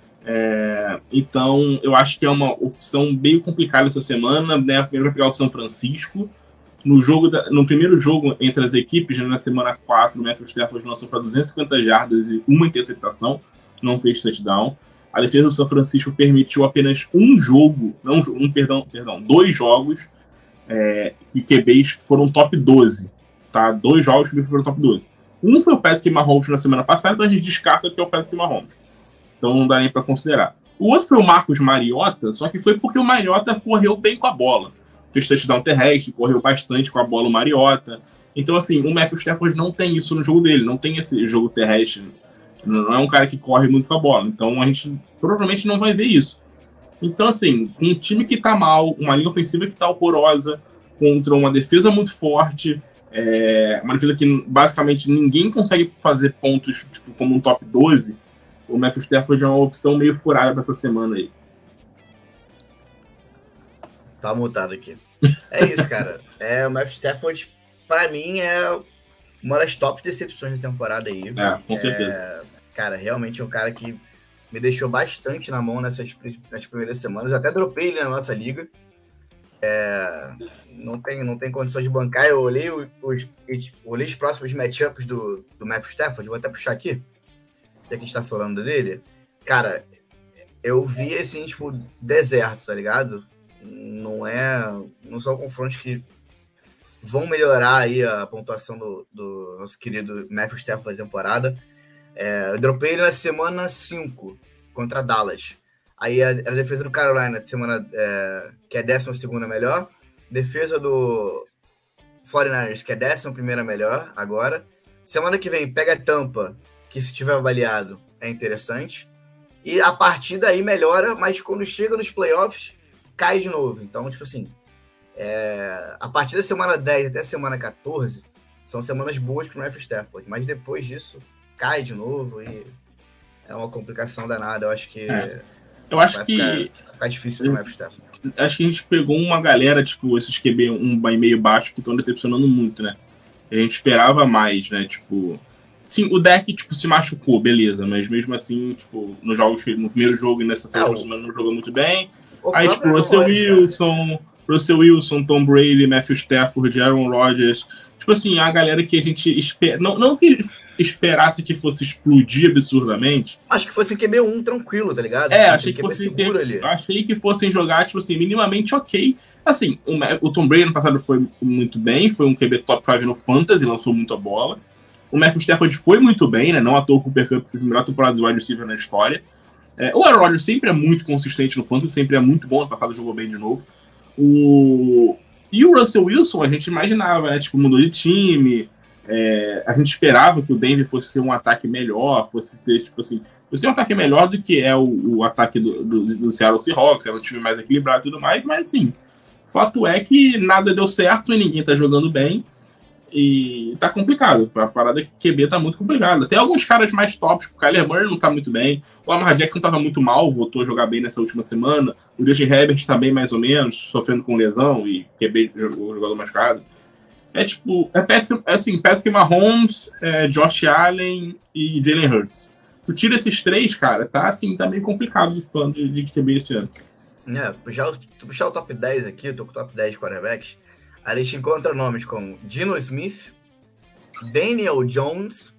Então, eu acho que é uma opção bem complicada essa semana, né? Primeiro vai pegar o São Francisco. No primeiro jogo entre as equipes, né, na semana 4, o Matthew Stafford lançou para 250 jardas e uma interceptação, não fez touchdown. A defesa do São Francisco permitiu apenas dois jogos que QBs foram top 12. Tá? 2 jogos que foram top 12. Um foi o Patrick Mahomes na semana passada, então a gente descarta que é o Patrick Mahomes. Então não dá nem para considerar. O outro foi o Marcus Mariota, só que foi porque o Mariota correu bem com a bola. Fez touchdown terrestre, correu bastante com a bola o Mariota. Então, assim, o Matthew Stafford não tem isso no jogo dele, não tem esse jogo terrestre. Não é um cara que corre muito com a bola. Então, a gente provavelmente não vai ver isso. Então, assim, um time que tá mal, uma linha ofensiva que tá horrorosa, contra uma defesa muito forte, uma defesa que basicamente ninguém consegue fazer pontos tipo, como um top 12, o Matthew Stafford é uma opção meio furada pra essa semana aí. Tá mutado aqui. É isso, cara. O Matthew Stafford, pra mim, é uma das top decepções da temporada aí. Com certeza. Cara, realmente é um cara que me deixou bastante na mão nas primeiras semanas. Eu até dropei ele na nossa liga. Não tem condições de bancar. Eu olhei os próximos matchups do Matthew Stafford. Vou até puxar aqui, já que a gente tá falando dele. Cara, eu vi assim, tipo, deserto, tá ligado? Não são confrontos que vão melhorar aí a pontuação do nosso querido Matthew Stafford da temporada. Eu dropei ele na semana 5 contra Dallas. Aí a defesa do Carolina, semana, que é 12ª melhor. Defesa do 49ers, que é 11ª melhor agora. Semana que vem pega Tampa, que se tiver avaliado é interessante. E a partir daí melhora, mas quando chega nos playoffs, cai de novo. Então, tipo assim, a partir da semana 10 até a semana 14, são semanas boas para o Matthew Stafford. Mas depois disso, cai de novo e é uma complicação danada. Eu acho que eu acho vai ficar difícil para o Matthew Stafford. Acho que a gente pegou uma galera, tipo, esses QB meio baixo que estão decepcionando muito, né? A gente esperava mais, né? Tipo, sim, o deck, tipo, se machucou, beleza, mas mesmo assim, tipo, no primeiro jogo e nessa segunda semana não jogou muito bem. Aí, tipo, Russell Wilson, Tom Brady, Matthew Stafford, Aaron Rodgers. Tipo assim, a galera que a gente espera. Não que esperasse que fosse explodir absurdamente. Acho que fosse QB1 tranquilo, tá ligado? Achei que fosse achei que fossem jogar, tipo assim, minimamente ok. Assim, o Tom Brady ano passado foi muito bem, foi um QB top 5 no Fantasy, lançou muita bola. O Matthew Stafford foi muito bem, né? Não à toa o Cooper Kupp fez a melhor temporada de wide receiver na história. O Aaron Rodgers sempre é muito consistente no Fantasy, sempre é muito bom, ano passado jogou bem de novo. E o Russell Wilson, a gente imaginava, né? Tipo, mudou de time. A gente esperava que o Denver fosse ser um ataque melhor, fosse ter, tipo assim, fosse um ataque melhor do que é o ataque do Seattle Seahawks, era um time mais equilibrado e tudo mais, mas assim, fato é que nada deu certo e ninguém tá jogando bem. E tá complicado. A parada que QB tá muito complicada. Tem alguns caras mais tops, o Kyler Murray não tá muito bem. O Lamar Jackson tava muito mal, voltou a jogar bem nessa última semana. O Justin Herbert tá bem mais ou menos, sofrendo com lesão e QB o jogador machucado. Patrick Mahomes, Josh Allen e Jalen Hurts. Tu tira esses três, cara, tá meio complicado de fã de QB esse ano. Tu puxar o top 10 aqui, eu tô com o top 10 de quarterbacks. A gente encontra nomes como Geno Smith, Daniel Jones,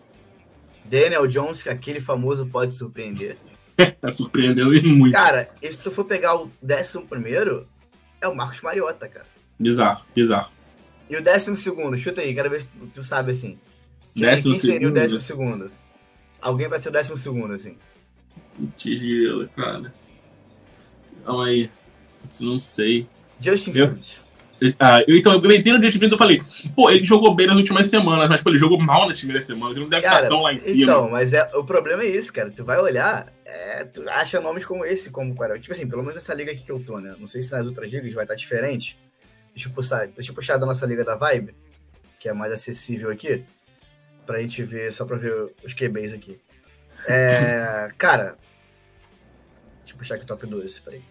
que aquele famoso pode surpreender. Tá surpreendendo muito. Cara, e se tu for pegar o 11º, é o Marcus Mariota, cara. Bizarro. E o 12º, chuta aí, quero ver se tu sabe assim. Quem seria o 12º? Alguém vai ser o 12º, assim. Tigela, cara. Calma aí. Não sei. Justin Fields. Eu pensei no Justin Fields, eu falei, pô, ele jogou bem nas últimas semanas, mas pô, ele jogou mal nas primeiras semanas, ele não deve estar tão lá em cima. Então, mas o problema é isso, cara. Tu vai olhar, tu acha nomes como esse, como quarterback. Tipo assim, pelo menos nessa liga aqui que eu tô, né? Não sei se nas outras ligas vai estar diferente, Deixa eu puxar da nossa liga da Vibe, que é mais acessível aqui, pra gente ver, só pra ver os QBs aqui. Cara, deixa eu puxar aqui o top 12, peraí.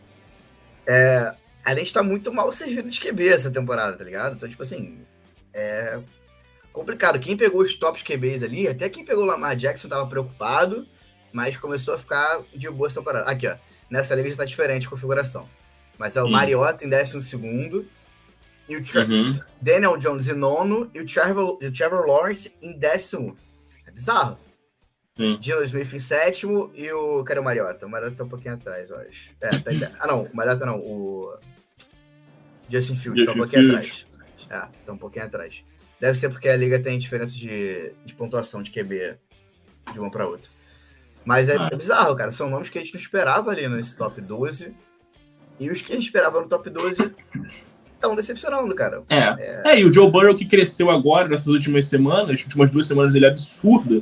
A gente tá muito mal servido de QB essa temporada, tá ligado? Então, tipo assim, é complicado. Quem pegou os tops QBs ali, até quem pegou o Lamar Jackson tava preocupado, mas começou a ficar de boa essa temporada. Aqui, ó, nessa liga já tá diferente a configuração. Mas é o Mariota em 12º, e o Daniel Jones em 9º, e o Trevor Lawrence em 10º. É bizarro. Geno Smith em 7º, e o... Cadê o Mariota? O Mariota tá um pouquinho atrás, eu acho. Tá não, o Mariota não, o Justin Fields tá um pouquinho atrás. Tá um pouquinho atrás. Deve ser porque a liga tem diferença de pontuação de QB de uma para outra. Mas é bizarro, cara. São nomes que a gente não esperava ali nesse top 12. E os que a gente esperava no top 12 estão decepcionando, cara. E o Joe Burrow, que cresceu agora, nessas últimas semanas, as últimas 2 semanas dele é absurda.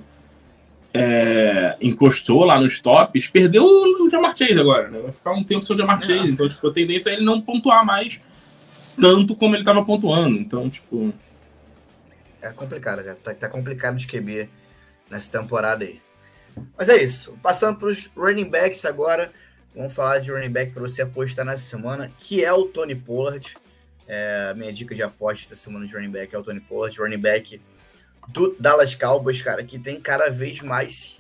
Encostou lá nos tops, perdeu o Ja'Marr Chase agora, né? Vai ficar um tempo sem o Ja'Marr Chase. Então, tipo, a tendência é ele não pontuar mais tanto como ele tava pontuando. Então, tipo... É complicado, cara. Tá complicado de QB nessa temporada aí. Mas é isso. Passando para os running backs agora. Vamos falar de running back para você apostar nessa semana, que é o Tony Pollard. A minha dica de aposta para semana de running back é o Tony Pollard, running back do Dallas Cowboys, cara, que vem cada vez mais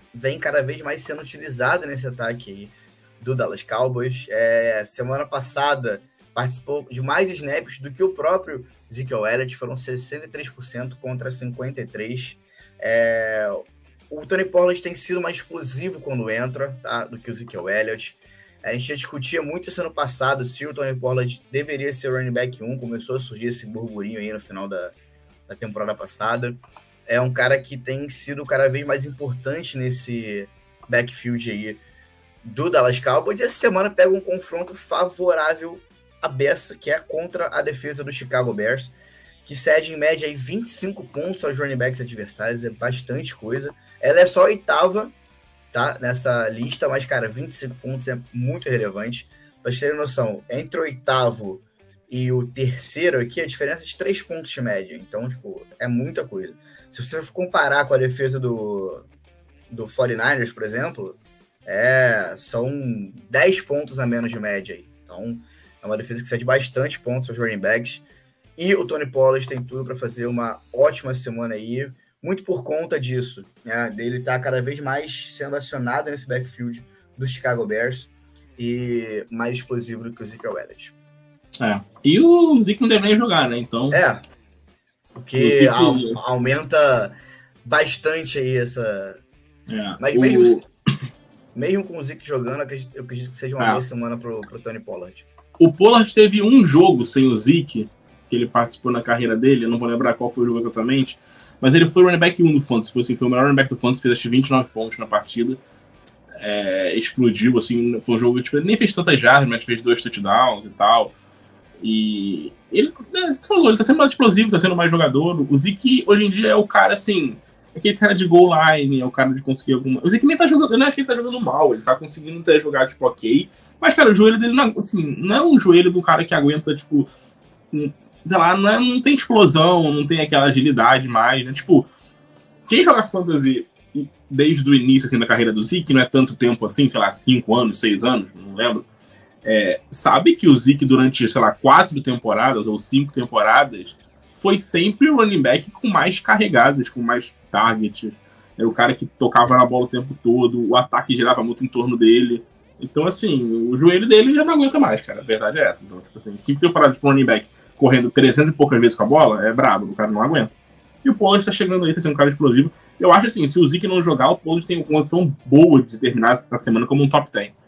sendo utilizado nesse ataque aí do Dallas Cowboys. Semana passada participou de mais snaps do que o próprio Ezekiel Elliott, foram 63% contra 53%. O Tony Pollard tem sido mais explosivo quando entra, tá, do que o Ezekiel Elliott. A gente já discutia muito isso ano passado, se o Tony Pollard deveria ser o running back 1, começou a surgir esse burburinho aí no final da temporada passada. É um cara que tem sido cada vez mais importante nesse backfield aí do Dallas Cowboys. E essa semana pega um confronto favorável à beça, que é contra a defesa do Chicago Bears, que cede em média aí 25 pontos aos running backs adversários, é bastante coisa. Ela é só a 8ª, tá, nessa lista, mas, cara, 25 pontos é muito relevante. Pra vocês terem noção, entre o 8º e o 3º aqui, a diferença é de 3 pontos de média. Então, tipo, é muita coisa. Se você for comparar com a defesa do 49ers, por exemplo, são 10 pontos a menos de média aí. Então, é uma defesa que cede bastante pontos aos running backs. E o Tony Pollard tem tudo para fazer uma ótima semana aí, muito por conta disso, né? Dele tá cada vez mais sendo acionado nesse backfield do Chicago Bears e mais explosivo do que o Ezekiel Elliott. E o Zeke não deve nem jogar, né? Então... porque aumenta bastante aí essa... Mas mesmo com o Zeke jogando, eu acredito que seja uma boa semana pro Tony Pollard. O Pollard teve um jogo sem o Zeke, que ele participou na carreira dele, eu não vou lembrar qual foi o jogo exatamente, mas ele foi o running back 1 do Fantasy, foi o melhor running back do Fantasy, fez acho que 29 pontos na partida, explodiu, assim, foi um jogo, tipo, ele nem fez tantas jardas, mas fez 2 touchdowns e tal, e ele, você falou, ele tá sendo mais explosivo, tá sendo mais jogador. O Zeke hoje em dia é o cara, assim, aquele cara de goal line, é o cara de conseguir alguma... O Zeke nem tá jogando, eu não acho que ele tá jogando mal, ele tá conseguindo ter jogado, tipo, ok, mas, cara, o joelho dele não, assim, não é um joelho do cara que aguenta, tipo, sei lá, não tem explosão, não tem aquela agilidade mais, né? Tipo, quem joga fantasy desde o início, assim, da carreira do Zeke, não é tanto tempo assim, sei lá, 5 anos, 6 anos, não lembro, sabe que o Zeke durante, sei lá, 4 temporadas ou 5 temporadas foi sempre o running back com mais carregadas, com mais target, o cara que tocava na bola o tempo todo, o ataque girava muito em torno dele. Então, assim, o joelho dele já não aguenta mais, cara. A verdade é essa. Então, tipo assim, 5 temporadas pro running back correndo 300 e poucas vezes com a bola, é brabo, o cara não aguenta. E o Pollard tá chegando aí, tá sendo um cara explosivo. Eu acho assim, se o Zeke não jogar, o Pollard tem uma condição boa de terminar essa semana como um top 10.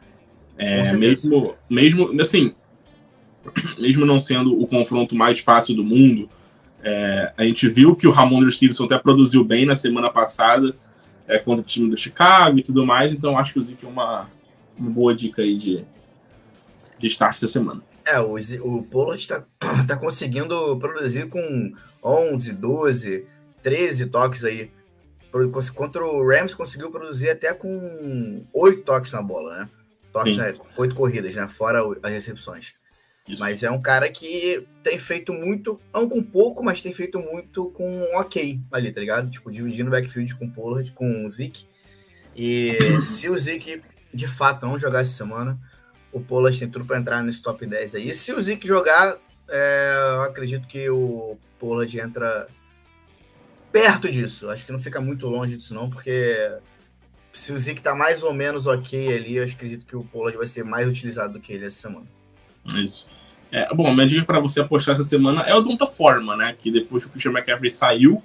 Mesmo, assim, mesmo não sendo o confronto mais fácil do mundo, a gente viu que o Ramondre Stevenson até produziu bem na semana passada contra o time do Chicago e tudo mais, então acho que o Zeke é uma boa dica aí de start essa semana. O Pollard tá conseguindo produzir com 11, 12, 13 toques aí. Contra o Rams conseguiu produzir até com 8 toques na bola, né? Toques, 8 corridas, né? Fora as recepções. Isso. Mas é um cara que tem feito muito, não com pouco, mas tem feito muito com ok ali, tá ligado? Tipo, dividindo o backfield com o Pollard, com o Zeke. E se o Zeke, de fato, não jogar essa semana, o Pollard tem tudo para entrar nesse top 10 aí. E se o Zeke jogar, eu acredito que o Pollard entra perto disso. Acho que não fica muito longe disso não, porque se o Zeke tá mais ou menos ok ali, eu acredito que o Pollard vai ser mais utilizado do que ele essa semana. Isso. Bom, minha dica para você apostar essa semana é o Donta Forma, né? Que depois que o Christian McCaffrey saiu,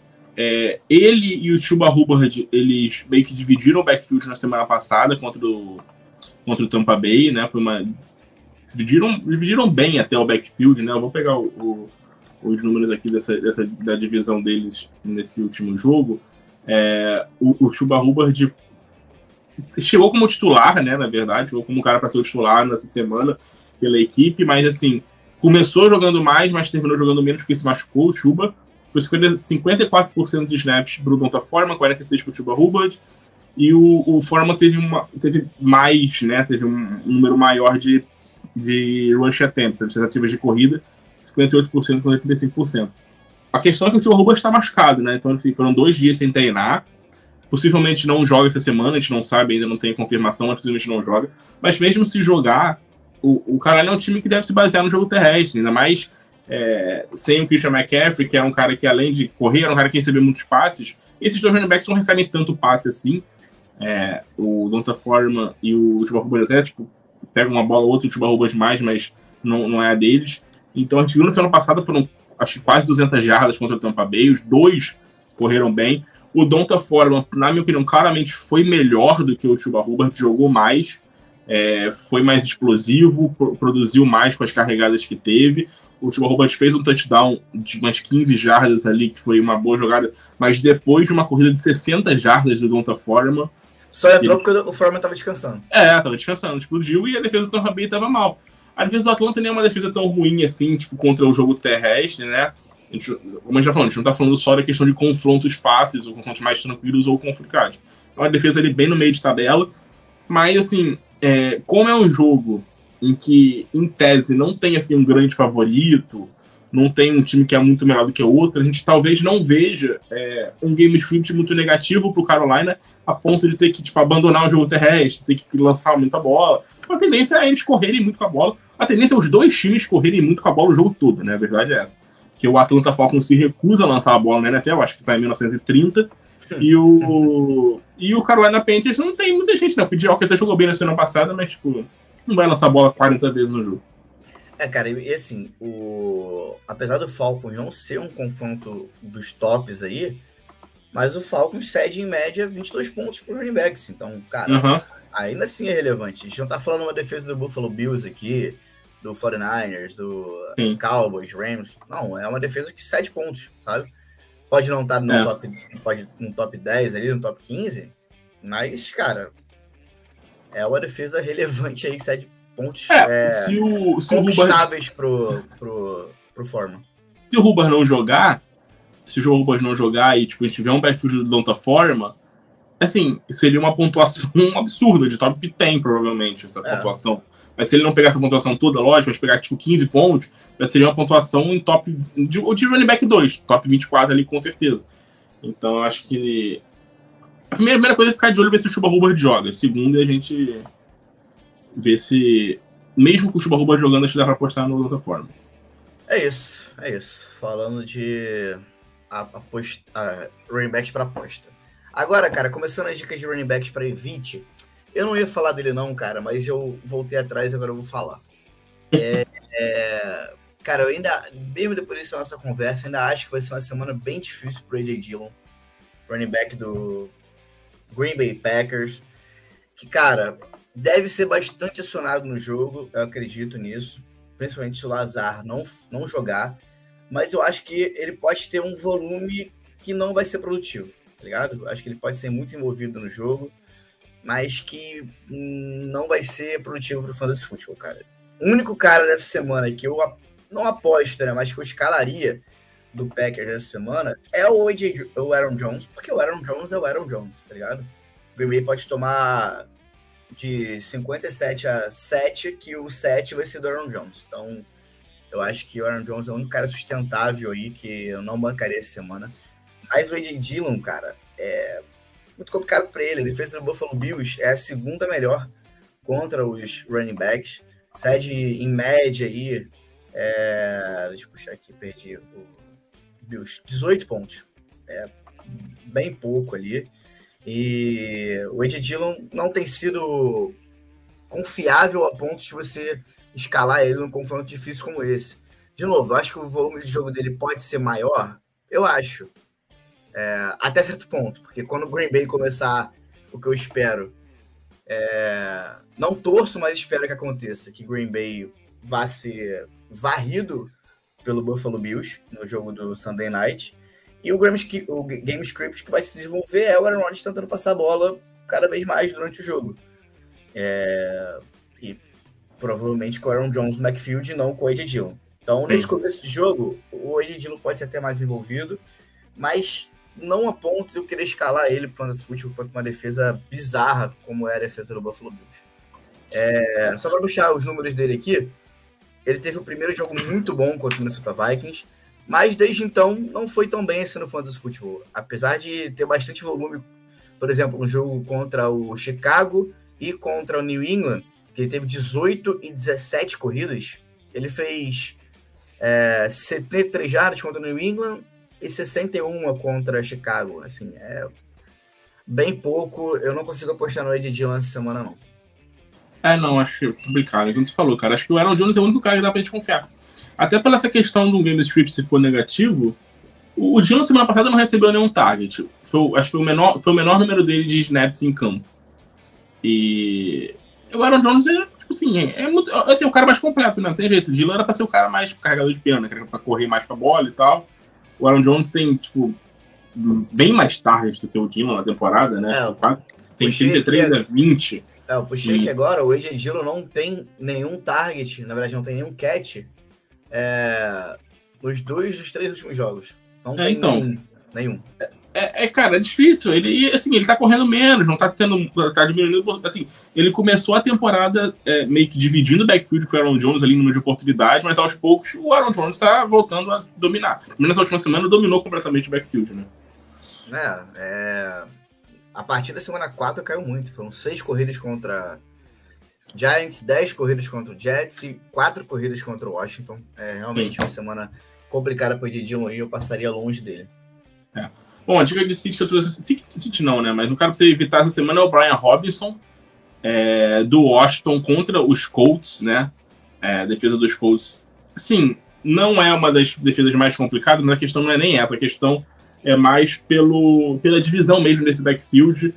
ele e o Chuba Hubbard, eles meio que dividiram o backfield na semana passada contra o Tampa Bay, né? Dividiram bem até o backfield, né? Eu vou pegar os números aqui da divisão deles nesse último jogo. O Chuba Hubbard chegou como titular, né? Na verdade, chegou como cara para ser o titular nessa semana pela equipe, mas assim, começou jogando mais, mas terminou jogando menos porque se machucou o Chuba. Foi 54% de snaps para o Donta Forma, 46% para o Chuba Hubbard, e o Forma teve mais, né? Teve um número maior de rush attempts, de tentativas de corrida, 58% com 85%. A questão é que o Chuba Hubbard está machucado, né? Então, assim, foram 2 dias sem treinar. Possivelmente não joga essa semana, a gente não sabe, ainda não tem confirmação, mas possivelmente não joga. Mas mesmo se jogar, o Carolina é um time que deve se basear no jogo terrestre, ainda mais sem o Christian McCaffrey, que é um cara que, além de correr, é um cara que recebe muitos passes. Esses dois running backs não recebem tanto passe assim. O Donta Foreman e o Chuba Hubbard até, tipo, pegam uma bola ou outra e o Chuba Hubbard mais, mas não é a deles. Então, a gente viu na semana passada, foram, acho que quase 200 jardas contra o Tampa Bay, os dois correram bem. O Donta Foreman, na minha opinião, claramente foi melhor do que o Chuba Hubbard, jogou mais, foi mais explosivo, produziu mais com as carregadas que teve. O Chuba Hubbard fez um touchdown de umas 15 jardas ali, que foi uma boa jogada, mas depois de uma corrida de 60 jardas do Donta Foreman. Só entrou porque o Foreman estava descansando. Estava descansando, explodiu, e a defesa do Tampa Bay estava mal. A defesa do Atlanta nem é uma defesa tão ruim assim, tipo, contra o jogo terrestre, né? Como a gente já falou, a gente não tá falando só da questão de confrontos fáceis, ou confrontos mais tranquilos ou complicados. É uma defesa ali bem no meio de tabela, mas assim, como é um jogo em que, em tese, não tem assim um grande favorito, não tem um time que é muito melhor do que o outro, a gente talvez não veja um game script muito negativo pro Carolina, a ponto de ter que, tipo, abandonar o jogo terrestre, ter que lançar muita bola. A tendência é eles correrem muito com a bola. A tendência é os dois times correrem muito com a bola o jogo todo, né? A verdade é essa. Que o Atlanta Falcons se recusa a lançar a bola na NFL, acho que tá em 1930, e o Carolina Panthers não tem muita gente, não. O P.J. Walker até jogou bem na semana passada, mas, tipo, não vai lançar a bola 40 vezes no jogo. Cara, e assim, apesar do Falcons não ser um confronto dos tops aí, mas o Falcons cede em média 22 pontos pro running backs, então, cara, ainda assim é relevante. A gente não tá falando uma defesa do Buffalo Bills aqui, do 49ers, do Cowboys, Rams. Não, é uma defesa que 7 pontos, sabe? Pode não estar no top 10 ali, no top 15, mas, cara, é uma defesa relevante aí, 7 pontos conquistáveis pro Foreman. Se o Hubbard não jogar, e tipo, a gente tiver um backfield do Donta Foreman, assim, seria uma pontuação absurda, de top 10, provavelmente, essa pontuação. Mas se ele não pegar essa pontuação toda, lógico, mas pegar tipo 15 pontos, já seria uma pontuação em top de running back 2, top 24 ali, com certeza. Então eu acho que a primeira coisa é ficar de olho e ver se o Chuba Hubbard joga. A segunda é a gente ver se, mesmo com o Chuba Hubbard jogando, acho que dá pra apostar na outra forma. É isso. Falando de running backs pra aposta. Agora, cara, começando as dicas de running backs pra Evite, eu não ia falar dele não, cara, mas eu voltei atrás e agora eu vou falar. Cara, eu ainda, mesmo depois dessa nossa conversa, ainda acho que vai ser uma semana bem difícil pro A.J. Dillon, running back do Green Bay Packers, que, cara, deve ser bastante acionado no jogo, eu acredito nisso, principalmente se o Lazar não jogar, mas eu acho que ele pode ter um volume que não vai ser produtivo, tá ligado? Acho que ele pode ser muito envolvido no jogo, mas que não vai ser produtivo pro Fantasy Football, cara. O único cara dessa semana que eu não aposto, né, mas que eu escalaria do Packers dessa semana é o Aaron Jones, porque o Aaron Jones é o Aaron Jones, tá ligado? O Green Bay pode tomar de 57-7 que o 7 vai ser do Aaron Jones. Então, eu acho que o Aaron Jones é o único cara sustentável aí que eu não bancaria essa semana. Mas o A.J. Dillon, cara, é muito complicado para ele. A defesa do Buffalo Bills é a segunda melhor contra os running backs. Cede em média aí, deixa eu puxar aqui, perdi o Bills, 18 pontos. É bem pouco ali. E o A.J. Dillon não tem sido confiável a ponto de você escalar ele num confronto difícil como esse. De novo, eu acho que o volume de jogo dele pode ser maior. Eu acho. Até certo ponto. Porque quando o Green Bay começar o que eu espero, não torço, mas espero que aconteça, que Green Bay vá ser varrido pelo Buffalo Bills no jogo do Sunday Night. E o game script que vai se desenvolver é o Aaron Rodgers tentando passar a bola cada vez mais durante o jogo. E provavelmente com o Aaron Jones no backfield, não com o A.J. Dillon. Então, nesse começo de jogo, o A.J. Dillon pode ser até mais envolvido, mas não a ponto de eu querer escalar ele para o Fantasy Football contra uma defesa bizarra, como era a defesa do Buffalo Bills. Só para puxar os números dele aqui, ele teve o primeiro jogo muito bom contra o Minnesota Vikings, mas desde então não foi tão bem assim no Fantasy Football. Apesar de ter bastante volume, por exemplo, no jogo contra o Chicago e contra o New England, que ele teve 18 e 17 corridas, ele fez 73 jardas contra o New England e 61 contra Chicago. Assim, bem pouco. Eu não consigo apostar no A.J. Dillon essa semana, não. Não, acho que é complicado. Como você falou, cara, acho que o Aaron Jones é o único cara que dá pra gente confiar. Até pela essa questão do game script, se for negativo, o Dillon semana passada não recebeu nenhum target. Acho que foi o menor número dele de snaps em campo. E o Aaron Jones tipo assim, o cara mais completo, né? Não tem jeito. O Dillon era pra ser o cara mais carregador de piano, né? Que era pra correr mais com a bola e tal. O Aaron Jones tem, tipo, bem mais targets do que o Dillon na temporada, né? Tem 33 a 20. Eu puxei que agora o A.J. Dillon não tem nenhum target, na verdade não tem nenhum catch nos 2 dos 3 últimos jogos. Não tem nenhum. Cara, é difícil. Ele tá correndo menos, não tá diminuindo. Assim, ele começou a temporada meio que dividindo o backfield com o Aaron Jones ali no número de oportunidade, mas aos poucos o Aaron Jones tá voltando a dominar. Nessa última semana dominou completamente o backfield, né? A partir da semana 4 caiu muito. Foram 6 corridas contra Giants, 10 corridas contra o Jets e 4 corridas contra o Washington. Realmente uma semana complicada para o A.J. Dillon e eu passaria longe dele. Bom, a dica de City que eu trouxe... City não, né? Mas no cara pra você evitar essa semana é o Brian Robinson, do Washington contra os Colts, né? A defesa dos Colts, assim, não é uma das defesas mais complicadas, mas a questão não é nem essa. A questão é mais pela divisão mesmo desse backfield.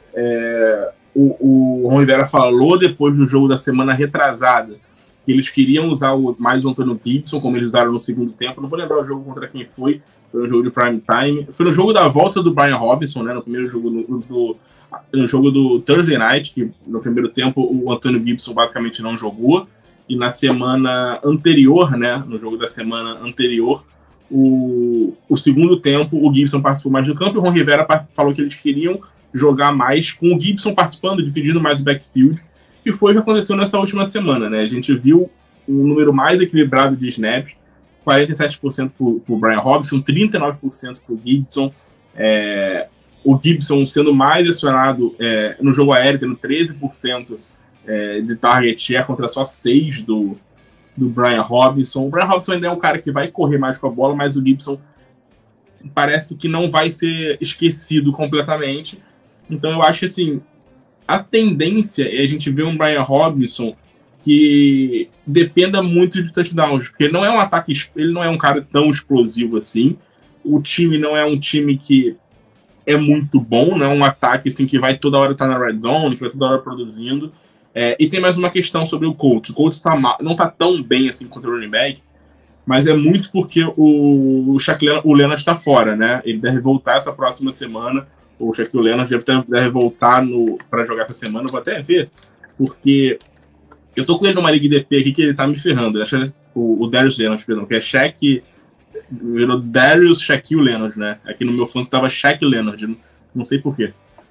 O Ron Rivera falou depois do jogo da semana retrasada que eles queriam usar mais o Antonio Gibson, como eles usaram no segundo tempo. Não vou lembrar o jogo contra quem foi no jogo de prime time. Foi no jogo da volta do Brian Robinson, né? No primeiro jogo no jogo do Thursday Night, que no primeiro tempo o Antonio Gibson basicamente não jogou. E na semana anterior, né? No jogo da semana anterior, o segundo tempo, o Gibson participou mais do campo e o Ron Rivera falou que eles queriam jogar mais com o Gibson participando, dividindo mais o backfield, e foi o que aconteceu nessa última semana, né? A gente viu um número mais equilibrado de snaps, 47% para o Brian Robinson, 39% para o Gibson, o Gibson sendo mais acionado no jogo aéreo, tendo 13% de target share contra só 6% do Brian Robinson. O Brian Robinson ainda é um cara que vai correr mais com a bola, mas o Gibson parece que não vai ser esquecido completamente. Então eu acho que assim, a tendência é a gente ver um Brian Robinson que dependa muito de touchdowns, porque ele não é um ataque, ele não é um cara tão explosivo assim. O time não é um time que é muito bom, não é um ataque assim, que vai toda hora estar na red zone, que vai toda hora produzindo. E tem mais uma questão sobre o Colts. O Colts não está tão bem assim contra o running back, mas é muito porque o Leonard está fora, né? Ele deve voltar essa próxima semana. O Shaquille Leonard deve voltar para jogar essa semana. Eu vou até ver, porque eu tô com ele numa Liga DP aqui que ele tá me ferrando. Ele acha o Darius Leonard, perdão, que é Shaq, virou Darius Shaquille Leonard, né? Aqui no meu fone estava Shaq Leonard, não sei porquê.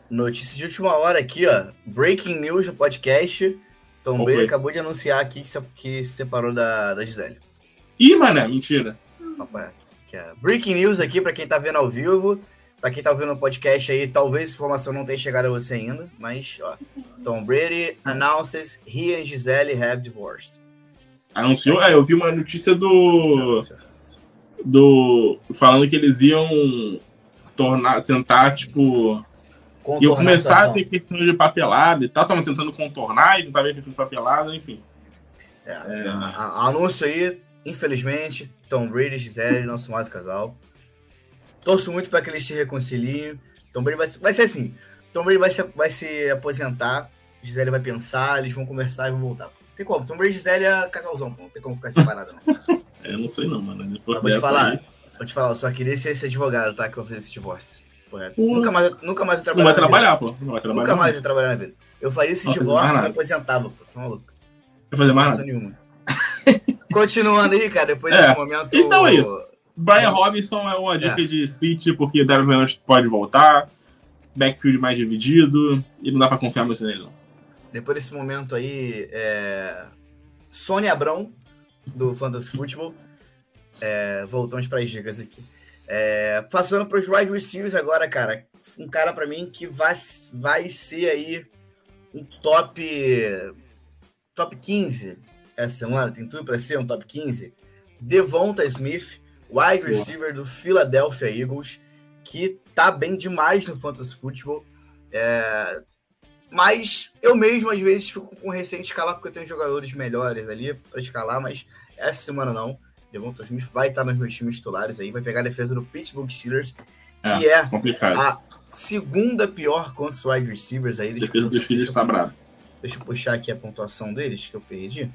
Notícia de última hora aqui, ó. Breaking news no podcast. Tom Brady acabou de anunciar aqui que se separou da Gisele. Ih, mané, mentira. Breaking news aqui pra quem tá vendo ao vivo. Pra quem tá ouvindo no podcast aí, talvez a informação não tenha chegado a você ainda. Mas, ó. Tom Brady announces he and Gisele have divorced. Anunciou? Eu vi uma notícia falando que eles iam tentar, tipo... Iam começar a ter questão de papelada e tal. Estavam tentando contornar e tentar ver questão de papelada, enfim. Anúncio aí, infelizmente, Tom Brady e Gisele não são mais casal. Torço muito para que eles se reconciliem. Tom Brady vai ser assim. Tom Brady vai se aposentar, Gisele vai pensar, eles vão conversar e vão voltar. Tem como? Tom Brady e Gisele é casalzão, não tem como ficar separado, não. Eu não sei não, mano. Vou te falar, eu só queria ser esse advogado, tá? Que eu fiz esse divórcio. Nunca mais eu trabalhar. Não vai trabalhar, pô. Nunca mais eu trabalhar na vida. Eu faria esse divórcio e me aposentava, pô. Tá maluco? Não vai fazer mais nada. Nenhuma. Continuando aí, cara, depois desse momento... Então é isso. Brian Robinson é uma dica de fit, porque Darwin Leonard pode voltar, backfield mais dividido, e não dá pra confiar muito nele, não. Depois desse momento aí, Sônia Abrão, do Fantasy Football, voltamos para as dicas aqui. Passando para os wide receivers agora, cara, um cara para mim que vai ser aí um top 15 essa semana, tem tudo para ser um top 15, Devonta Smith, wide receiver do Philadelphia Eagles, que tá bem demais no Fantasy Football, mas eu mesmo às vezes fico com receio de escalar porque eu tenho jogadores melhores ali para escalar, mas essa semana não. Devonta Smith vai estar nos meus times titulares aí, vai pegar a defesa do Pittsburgh Steelers, que é complicado. A segunda pior contra os wide receivers aí. A defesa dos Steelers tá brava. Deixa eu puxar aqui a pontuação deles, que eu perdi.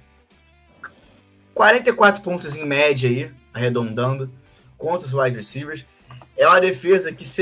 44 pontos em média aí, arredondando, contra os wide receivers. É uma defesa que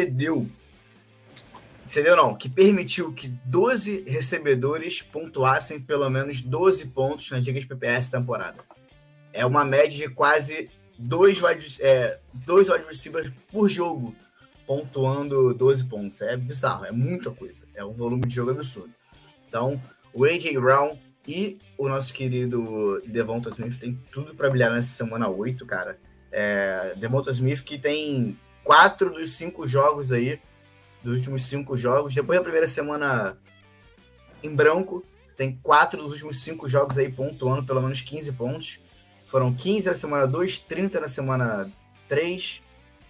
que permitiu que 12 recebedores pontuassem pelo menos 12 pontos nas ligas PPS temporada. É uma média de quase 2 wide receivers por jogo, pontuando 12 pontos. É bizarro, é muita coisa. É um volume de jogo absurdo. Então, o A.J. Brown e o nosso querido Devonta Smith tem tudo para brilhar nessa semana 8, cara. Devonta Smith que tem 4 dos 5 jogos aí, dos últimos 5 jogos. Depois da primeira semana em branco, tem 4 dos últimos 5 jogos aí pontuando pelo menos 15 pontos. Foram 15 na semana 2, 30 na semana 3,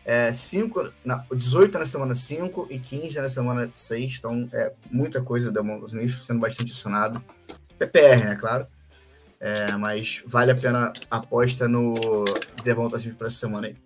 18 na semana 5 e 15 na semana 6. Então, muita coisa o Devonta Smith sendo bastante acionado. PPR, né, claro. Mas vale a pena a aposta no Devonta Smith para essa semana aí.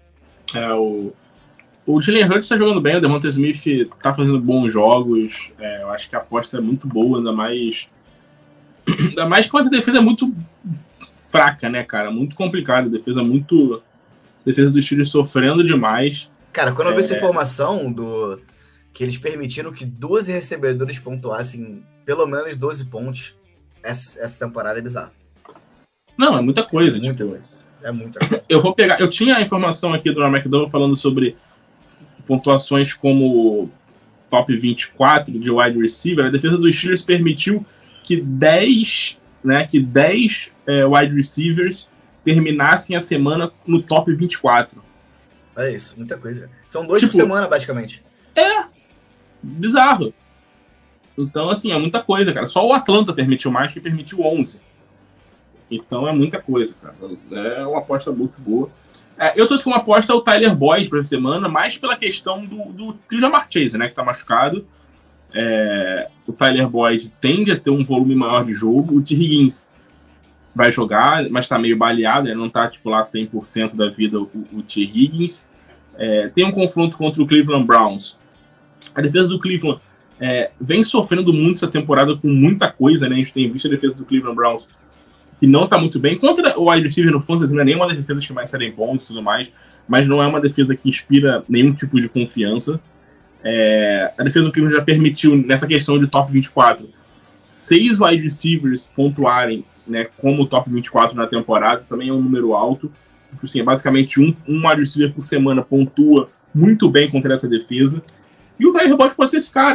O Jalen Hurts está jogando bem, o Devonta Smith está fazendo bons jogos. Eu acho que a aposta é muito boa, ainda mais que a defesa é muito fraca, né, cara? Muito complicado. Defesa dos Steelers sofrendo demais. Cara, quando eu vi essa informação que eles permitiram que 12 recebedores pontuassem pelo menos 12 pontos essa temporada, é bizarro. Não, é muita coisa. É muita coisa. Eu tinha a informação aqui do McDowell falando sobre pontuações como top 24 de wide receiver. A defesa dos Steelers permitiu que 10 wide receivers terminassem a semana no top 24. É isso, muita coisa. São 2 por semana, basicamente. Bizarro. Então, assim, é muita coisa, cara. Só o Atlanta permitiu mais, que permitiu 11. Então é muita coisa, cara. É uma aposta muito boa. Eu tô com uma aposta o Tyler Boyd pra semana, mais pela questão do Jamar Chase, né, que tá machucado. O Tyler Boyd tende a ter um volume maior de jogo. O T. Higgins vai jogar, mas tá meio baleado, ele não tá lá 100% da vida o T. Higgins. Tem um confronto contra o Cleveland Browns. A defesa do Cleveland vem sofrendo muito essa temporada com muita coisa, né? A gente tem visto a defesa do Cleveland Browns que não tá muito bem. Contra o wide receiver no Fantasy, não é nenhuma das defesas que mais serem pontos e tudo mais, mas não é uma defesa que inspira nenhum tipo de confiança. A defesa do Cleveland já permitiu, nessa questão de top 24, 6 wide receivers pontuarem, né, como top 24 na temporada. Também é um número alto. Assim, basicamente um wide receiver por semana pontua muito bem contra essa defesa. E o Tyler Boyd pode ser esse cara.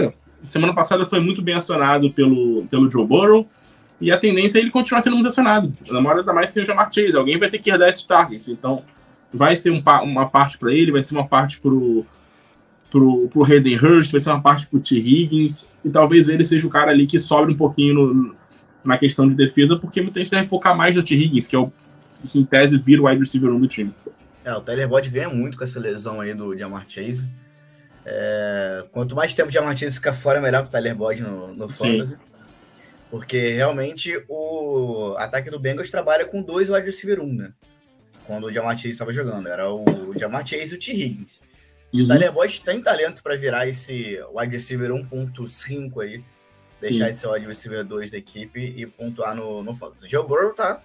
semana passada foi muito bem acionado pelo Joe Burrow, e a tendência é ele continuar sendo muito acionado. Na maioria da mais, seja o Jamar Chase. Alguém vai ter que herdar esses targets. Então, vai ser uma parte para ele, vai ser uma parte pro Hayden Hurst, vai ser uma parte pro T. Higgins, e talvez ele seja o cara ali que sobre um pouquinho na questão de defesa, porque muita gente deve focar mais no T. Higgins, que é o que em tese vira o wide receiver 1 do time. O Tyler Boyd ganha muito com essa lesão aí do Jamar Chase. Quanto mais tempo o Jamar Chase ficar fora, melhor pro Tyler Boyd no Fantasy. Porque realmente o ataque do Bengals trabalha com 2 wide receiver 1, né? Quando o Jamar Chase estava jogando. Era o Jamar Chase e o T. Higgins. E o Tyler Boyd tem talento para virar esse wide receiver 1.5 aí. Deixar de ser o wide receiver 2 da equipe e pontuar no Fantasy. O Joe Burrow tá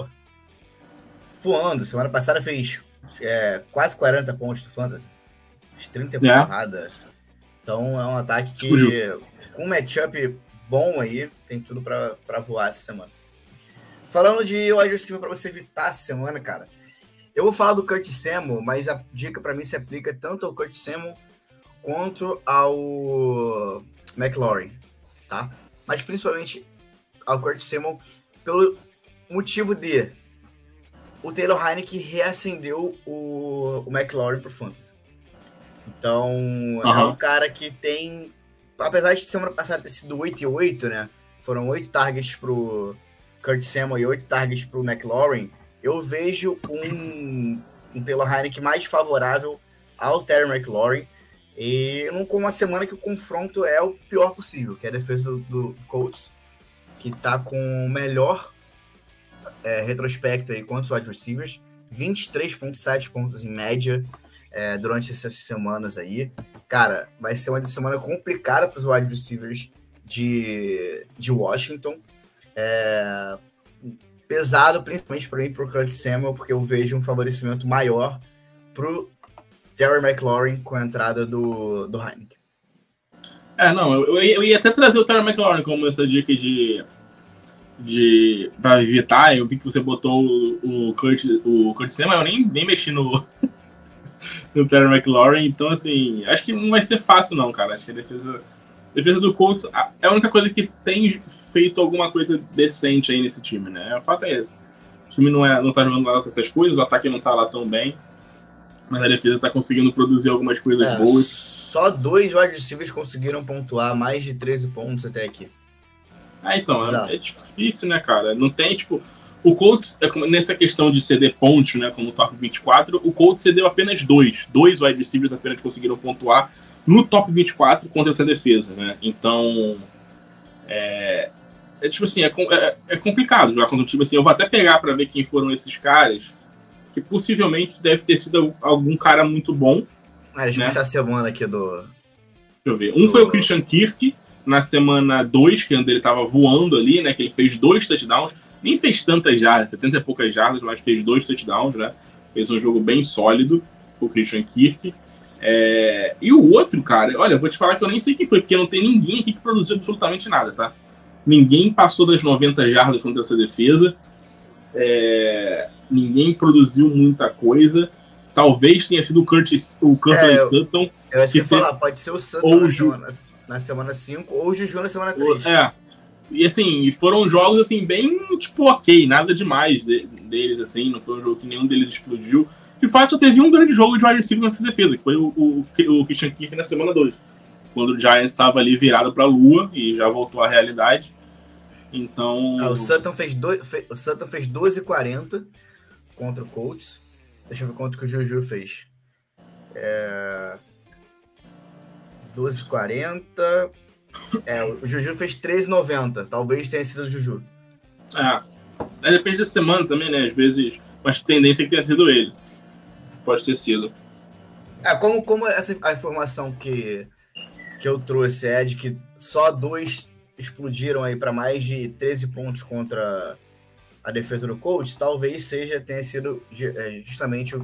voando. Semana passada fez quase 40 pontos do Fantasy. Fez 30 porrada. Então é um ataque que, com um matchup bom aí, tem tudo para voar essa semana. Falando de wide receiver para você evitar essa semana, cara, eu vou falar do Curtis Samuel, mas a dica para mim se aplica tanto ao Curtis Samuel quanto ao McLaurin, tá? Mas principalmente ao Curtis Samuel pelo motivo de o Taylor Heinicke reacendeu o McLaurin pro Fantasy. Então, é um cara que tem, apesar de semana passada ter sido 8-8, né? Foram 8 targets pro Curtis Samuel e 8 targets pro McLaurin. Eu vejo um Taylor Heinicke mais favorável ao Terry McLaurin, e com uma semana que o confronto é o pior possível, que é a defesa do Colts, que tá com o melhor retrospecto aí contra os wide receivers, 23.7 pontos em média durante essas semanas aí. Cara, vai ser uma semana complicada para os wide receivers de Washington. Pesado, principalmente para mim, pro Curtis Samuel, porque eu vejo um favorecimento maior pro Terry McLaurin com a entrada do Heinicke. Eu ia até trazer o Terry McLaurin como essa dica para evitar. Eu vi que você botou o Curtis Samuel, eu nem mexi no Terry McLaurin, então assim, acho que não vai ser fácil não, cara. Acho que a defesa do Colts é a única coisa que tem feito alguma coisa decente aí nesse time, né? O fato é esse. O time não tá jogando lá essas coisas, o ataque não tá lá tão bem, mas a defesa tá conseguindo produzir algumas coisas boas. Só 2 wide receivers conseguiram pontuar mais de 13 pontos até aqui. Então, é difícil, né, cara? Não tem, o Colts, nessa questão de ceder pontos, né, como o top 24, o Colts cedeu apenas 2 wide receivers apenas conseguiram pontuar no top 24 contra essa defesa, né? Então, é complicado jogar contra um time assim. Eu vou até pegar para ver quem foram esses caras, que possivelmente deve ter sido algum cara muito bom. Deixa eu puxar a semana aqui do... Deixa eu ver. Foi o Christian Kirk, na semana 2, que ele tava voando ali, né? Que ele fez 2 touchdowns. Nem fez tantas jardas, 70 e poucas jardas, mas fez 2 touchdowns, né? Fez um jogo bem sólido, o Christian Kirk. E o outro, cara, olha, eu vou te falar que eu nem sei quem foi, porque não tem ninguém aqui que produziu absolutamente nada, tá? Ninguém passou das 90 jardas contra essa defesa. Ninguém produziu muita coisa. Talvez tenha sido o Curtis Sutton. Eu acho que falar, pode ser o Sutton na semana 5 ou o Juju na semana 3. E assim, foram jogos assim, bem ok, nada demais deles, assim, não foi um jogo que nenhum deles explodiu. De fato, só teve um grande jogo de wide receiver nessa defesa, que foi o Christian Kirk na semana 2, quando o Giants estava ali virado para a lua e já voltou à realidade. Então... o Sutton fez 12,40 contra o Colts. Deixa eu ver quanto que o Juju fez. 12,40. O Juju fez 13,90. Talvez tenha sido o Juju. Depende da semana também, né? Às vezes, mas a tendência é que tenha sido ele. Pode ter sido. Como a informação que eu trouxe é de que só 2 explodiram aí para mais de 13 pontos contra a defesa do Colts, talvez tenha sido justamente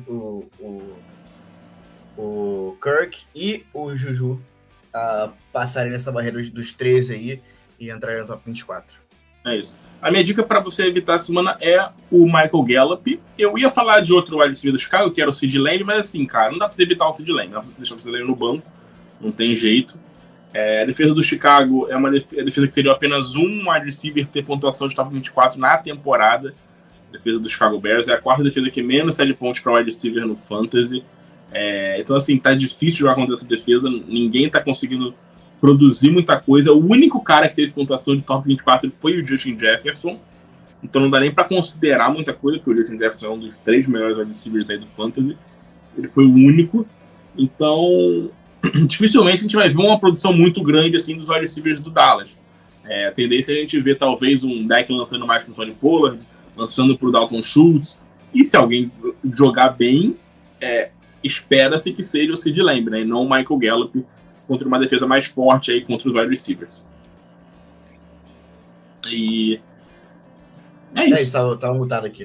o Kirk e o Juju passarem nessa barreira dos 13 aí e entrarem no top 24. É isso. A minha dica para você evitar a semana é o Michael Gallup. Eu ia falar de outro wide receiver do Chicago, que era o Sid Lamb, mas assim, cara, não dá pra você evitar o Sid Lamb. Não dá pra você deixar o Sid Lamb no banco. Não tem jeito. A defesa do Chicago é uma defesa que seria apenas um wide receiver ter pontuação de top 24 na temporada. A defesa do Chicago Bears é a quarta defesa que menos cede pontos para wide receiver no Fantasy. Então, assim, tá difícil jogar contra essa defesa. Ninguém tá conseguindo produzir muita coisa. O único cara que teve pontuação de top 24 foi o Justin Jefferson. Então não dá nem para considerar muita coisa, porque o Justin Jefferson é um dos 3 melhores wide receivers aí do Fantasy. Ele foi o único. Então, dificilmente a gente vai ver uma produção muito grande assim dos wide receivers do Dallas. A tendência é a gente ver talvez um deck lançando mais pro Tony Pollard, lançando pro Dalton Schultz. E se alguém jogar bem, espera-se que seja o Sid Lamb, né? E não o Michael Gallup contra uma defesa mais forte aí contra os wide receivers. E é isso. Tava mutado aqui.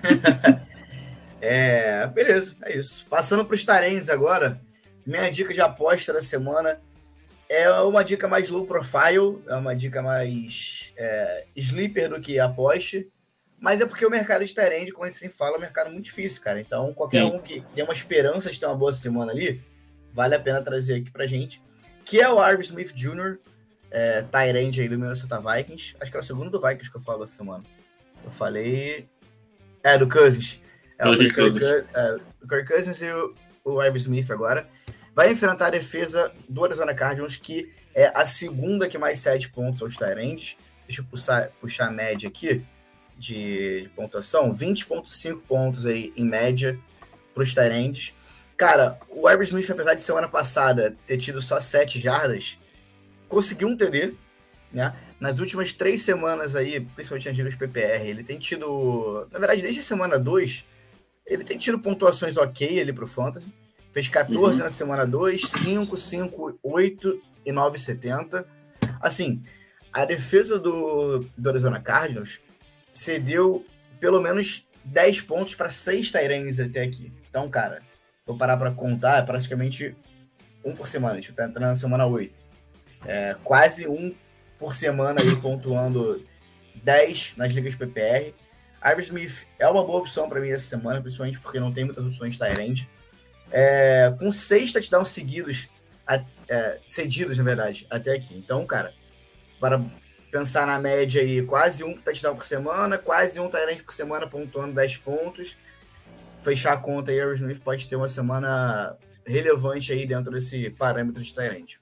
Beleza, é isso. Passando para os Tyrants agora, minha dica de aposta da semana é uma dica mais low profile, é uma dica mais sleeper do que aposte, mas é porque o mercado de Tyrant, como a gente sempre fala, é um mercado muito difícil, cara. Então, qualquer um que tem uma esperança de ter uma boa semana ali, vale a pena trazer aqui pra gente, que é o Arvin Smith Jr., Tyrant aí do Minnesota Vikings. Acho que é o segundo do Vikings que eu falo essa semana. Eu falei... do Cousins. O Kirk Cousins e o Arvin Smith agora. Vai enfrentar a defesa do Arizona Cardinals, que é a segunda que mais cede pontos aos Tyrants. Deixa eu puxar a média aqui de pontuação. 20,5 pontos aí em média para os Tyrants. Cara, o Arvin Smith, apesar de semana passada ter tido só 7 jardas, conseguiu um TD, né? Nas últimas 3 semanas aí, principalmente nas ligas PPR, ele tem tido... Na verdade, desde a semana 2, ele tem tido pontuações ok ali pro Fantasy. Fez 14 na semana 2, 5, 5, 8 e 9,70. Assim, a defesa do Arizona Cardinals cedeu pelo menos 10 pontos para 6 Tyrants até aqui. Então, cara, se eu parar para contar, é praticamente um por semana. A gente tá entrando na semana 8. Quase um por semana aí pontuando 10 nas ligas PPR. Arvin Smith é uma boa opção para mim essa semana, principalmente porque não tem muitas opções de Tyrant. Com 6 touchdowns cedidos, na verdade, até aqui. Então, cara, para pensar na média aí, quase um touchdown por semana, quase um Tyrant por semana pontuando 10 pontos. Fechar a conta aí, Arvin Smith pode ter uma semana relevante aí dentro desse parâmetro de Tyrant.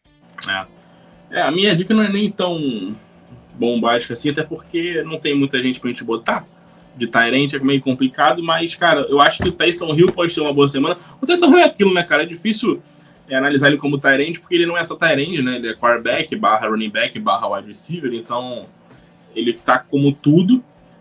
A minha dica não é nem tão bombástica assim, até porque não tem muita gente pra gente botar. De Tyrant é meio complicado, mas, cara, eu acho que o Taysom Hill pode ter uma boa semana. O Taysom Hill é aquilo, né, cara? É difícil analisar ele como Tyrant, porque ele não é só Tyrant, né? Ele é quarterback, barra running back, barra wide receiver, então ele tá como tudo.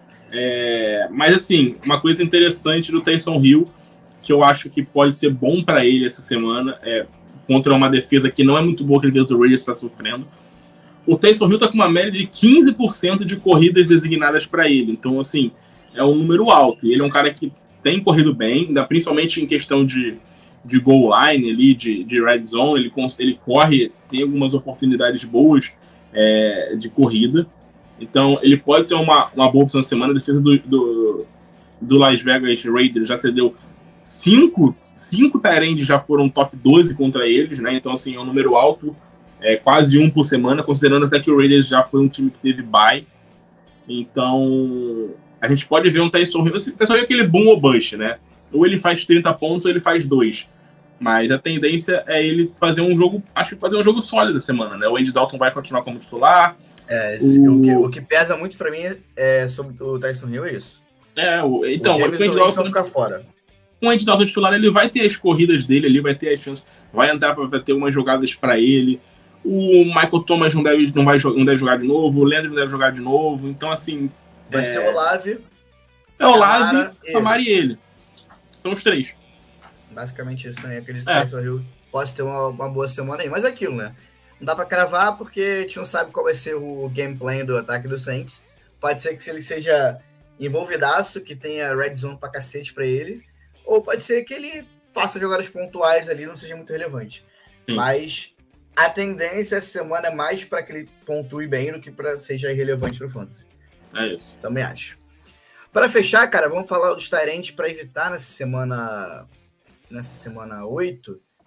Mas, assim, uma coisa interessante do Taysom Hill, que eu acho que pode ser bom pra ele essa semana, contra uma defesa que não é muito boa, que a defesa do Raiders está sofrendo. O Taysom Hill tá com uma média de 15% de corridas designadas para ele. Então, assim, é um número alto. E ele é um cara que tem corrido bem, ainda principalmente em questão de goal line ali, de red zone. Ele corre, tem algumas oportunidades boas de corrida. Então, ele pode ser uma boa opção na semana. A defesa do Las Vegas Raiders já cedeu 5 Tyrants já foram top 12 contra eles, né? Então, assim, é um número alto, quase um por semana, considerando até que o Raiders já foi um time que teve bye. Então, a gente pode ver um Taysom Hill. Taysom Hill é aquele boom ou bust, né? Ou ele faz 30 pontos ou ele faz 2. Mas a tendência é ele fazer um jogo, acho que fazer um jogo sólido essa semana, né? O Andy Dalton vai continuar como titular. O que pesa muito pra mim sobre o Taysom Hill é isso. Então, o Andy Dalton ficar fora. Com o Andy Dalton titular, ele vai ter as corridas dele ali, vai ter as chances, vai entrar para ter umas jogadas para ele. O Michael Thomas não deve jogar de novo, o Leandro não deve jogar de novo. Então, assim. Vai ser o Olave. O Olave, a Mari e ele. São os 3. Basicamente isso também. Acredito que o Taysom Hill pode ter uma boa semana aí. Mas é aquilo, né? Não dá pra cravar porque a gente não sabe qual vai ser o gameplay do ataque do Saints. Pode ser que ele seja envolvidaço, que tenha red zone pra cacete pra ele. Ou pode ser que ele faça jogadas pontuais ali, não seja muito relevante. Sim. Mas a tendência essa semana é mais para que ele pontue bem do que para seja irrelevante pro fantasy. É isso. Também acho. Para fechar, cara, vamos falar dos Tyrants para evitar nessa semana 8.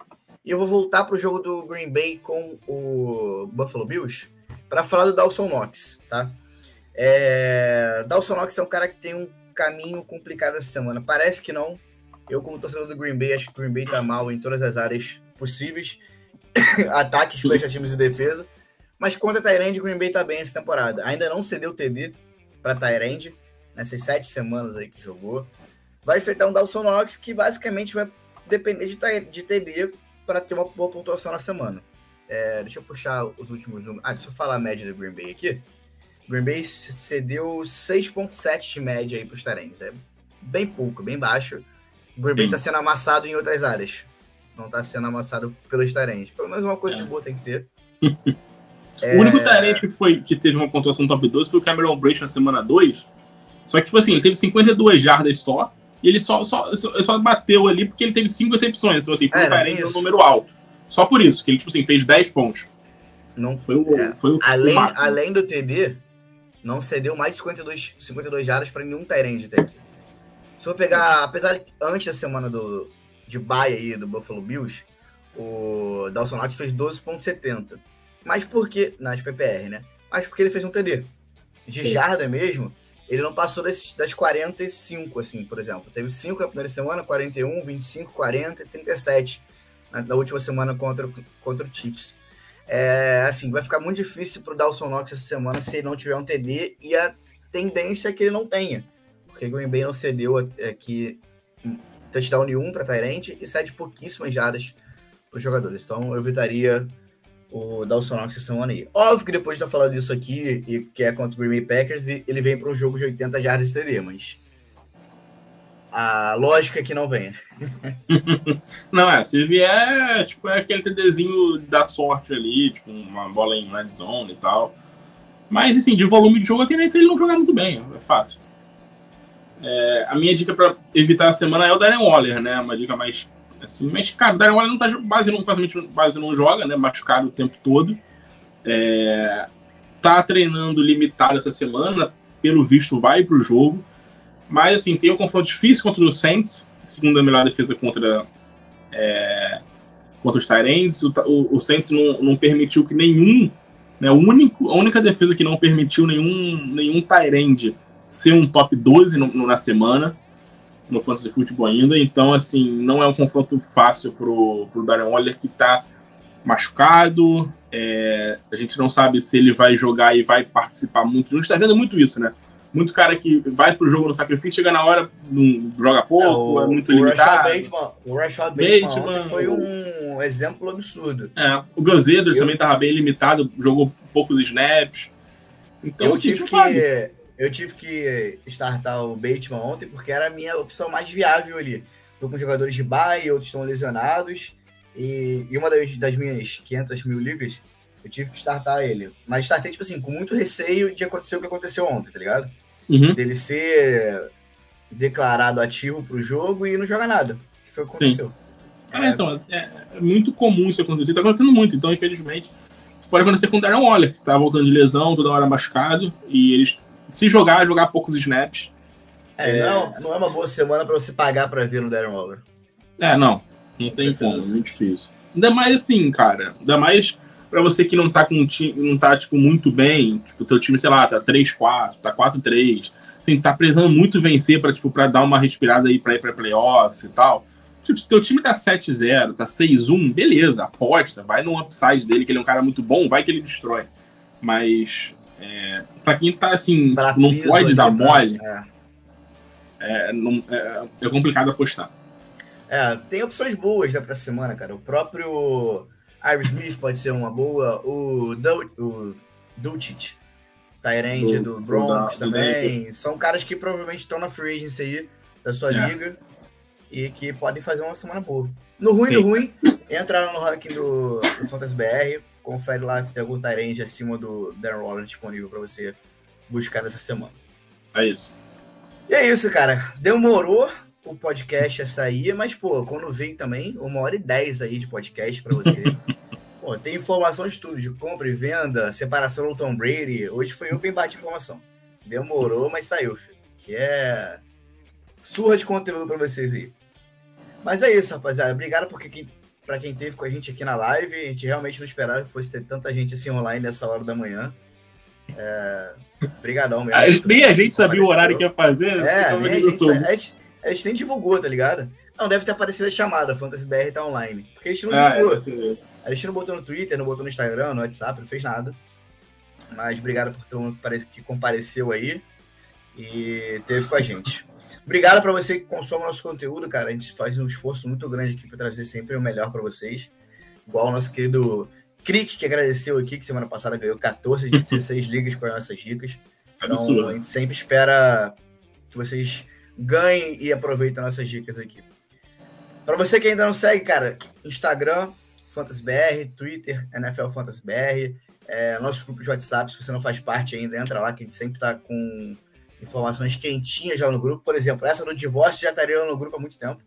E eu vou voltar pro jogo do Green Bay com o Buffalo Bills para falar do Dawson Knox, tá? Dawson Knox é um cara que tem um caminho complicado essa semana. Parece que não. Eu, como torcedor do Green Bay, acho que o Green Bay tá mal em todas as áreas possíveis. Ataques, special teams e defesa. Mas contra a Tyrande, o Green Bay tá bem essa temporada. Ainda não cedeu TD para Tyrande nessas 7 semanas aí que jogou. Vai enfrentar um Dawson Knox que basicamente vai depender de TD para ter uma boa pontuação na semana. Deixa eu puxar os últimos números. Deixa eu falar a média do Green Bay aqui. O Green Bay cedeu 6.7 de média aí para os Tyrands. É bem pouco, bem baixo. O Green Bay está sendo amassado em outras áreas. Não está sendo amassado pelos Tyrands. Pelo menos uma coisa de boa tem que ter. O único Tyrant que teve uma pontuação top 12 foi o Cameron Brate na semana 2. Só que, tipo assim, ele teve 52 jardas só. E ele só bateu ali porque ele teve 5 recepções. Então, assim, pro Tyrant é um número alto. Só por isso, que ele, tipo assim, fez 10 pontos. Não foi o máximo. Além do TD, não cedeu mais de 52 jardas para nenhum Tyrant até aqui. Se eu pegar, apesar de antes da semana de bye aí do Buffalo Bills, o Dawson Knox fez 12.70. Mas por quê? Nas PPR, né? Mas porque ele fez um TD. De jarda mesmo, ele não passou das 45, assim, por exemplo. Teve 5 na primeira semana, 41, 25, 40 e 37 na última semana contra o Chiefs. Assim, vai ficar muito difícil pro Dawson Knox essa semana se ele não tiver um TD, e a tendência é que ele não tenha. Porque o Green Bay não cedeu aqui touchdown nenhum para Tyrant e cede pouquíssimas jardas para os jogadores. Então eu evitaria o Dawson Knox essa semana aí. Óbvio que depois de estar falando disso aqui, e que é contra o Green Bay Packers, ele vem para um jogo de 80 jardas de TD, mas a lógica é que não venha. Não, se vier, tipo, é aquele TDzinho da sorte ali, tipo, uma bola em red zone e tal. Mas, assim, de volume de jogo, a tendência é ele não jogar muito bem, é fácil. A minha dica para evitar a semana é o Darren Waller, né? Uma dica mais assim, mas, cara, o Darren Waller não tá, quase não joga, né? Machucado o tempo todo. Tá treinando limitado essa semana, pelo visto vai pro jogo. Mas, assim, tem um confronto difícil contra o Saints, segunda melhor defesa contra os Tyrants. O Saints não permitiu que nenhum, né? A única defesa que não permitiu nenhum Tyrant ser um top 12 na semana, no Fantasy Football ainda. Então, assim, não é um confronto fácil pro Darren Waller, que tá machucado. A gente não sabe se ele vai jogar e vai participar muito. A gente tá vendo muito isso, né? Muito cara que vai pro jogo no sacrifício, chega na hora, não joga pouco, é muito limitado. O Rashad Bateman foi um exemplo absurdo. O Gus Edwards também tava bem limitado, jogou poucos snaps. Então, eu tive que startar o Bateman ontem porque era a minha opção mais viável ali. Tô com jogadores de bye, outros estão lesionados. E uma das minhas 500 mil ligas, eu tive que startar ele. Mas startei, tipo assim, com muito receio de acontecer o que aconteceu ontem, tá ligado? Uhum. Dele ser declarado ativo pro jogo e não jogar nada. Que foi o que aconteceu. Então, é muito comum isso acontecer. Tá acontecendo muito. Então, infelizmente, pode acontecer com o Darren Waller, que tá voltando de lesão, toda hora machucado. E eles, se jogar poucos snaps. Não é uma boa semana pra você pagar pra ver no Darren Waller. Não tem como, é muito difícil. Ainda mais assim, cara, pra você que não tá com um time, não tá, tipo, muito bem, tipo, o teu time, sei lá, tá 3-4, tá 4-3, tá precisando muito vencer pra dar uma respirada aí pra ir pra playoffs e tal. Tipo, se teu time tá 7-0, tá 6-1, beleza, aposta, vai no upside dele, que ele é um cara muito bom, vai que ele destrói. Mas, pra quem tá, assim, tipo, não pode dar mole, é complicado apostar. Tem opções boas pra semana, cara. O próprio Iron Smith pode ser uma boa. O Dulcich, Tyrande do Broncos também. São caras que provavelmente estão na free agency aí da sua liga e que podem fazer uma semana boa. No ruim, entra lá no ranking do Fantasy BR, confere lá se tem algum Tyrande acima do Darren Waller disponível pra você buscar nessa semana. É isso. E é isso, cara. Demorou o podcast a sair, mas, quando veio também, 1h10 aí de podcast pra você. Tem informação de tudo, de compra e venda, separação do Tom Brady. Hoje foi open bar de informação. Demorou, mas saiu, filho. Que surra de conteúdo pra vocês aí. Mas é isso, rapaziada. Obrigado por quem para quem esteve com a gente aqui na live. A gente realmente não esperava que fosse ter tanta gente assim online nessa hora da manhã. Obrigadão mesmo. Nem a gente sabia o horário que ia fazer. A gente nem divulgou, tá ligado? Não, deve ter aparecido a chamada, Fantasy BR tá online. Porque a gente não divulgou. A gente não botou no Twitter, não botou no Instagram, no WhatsApp, não fez nada. Mas obrigado por todo mundo que compareceu aí e teve com a gente. Obrigado para você que consome nosso conteúdo, cara. A gente faz um esforço muito grande aqui para trazer sempre o melhor para vocês. Igual o nosso querido Crick, que agradeceu aqui, que semana passada ganhou 14 de 16 ligas com as nossas dicas. Então, a gente sempre espera que vocês ganhem e aproveitem nossas dicas aqui. Para você que ainda não segue, cara, Instagram, FantasyBR, Twitter, NFL FantasyBR, nosso grupo de WhatsApp, se você não faz parte ainda, entra lá, que a gente sempre tá com informações quentinhas já no grupo. Por exemplo, essa do divórcio já estaria no grupo há muito tempo.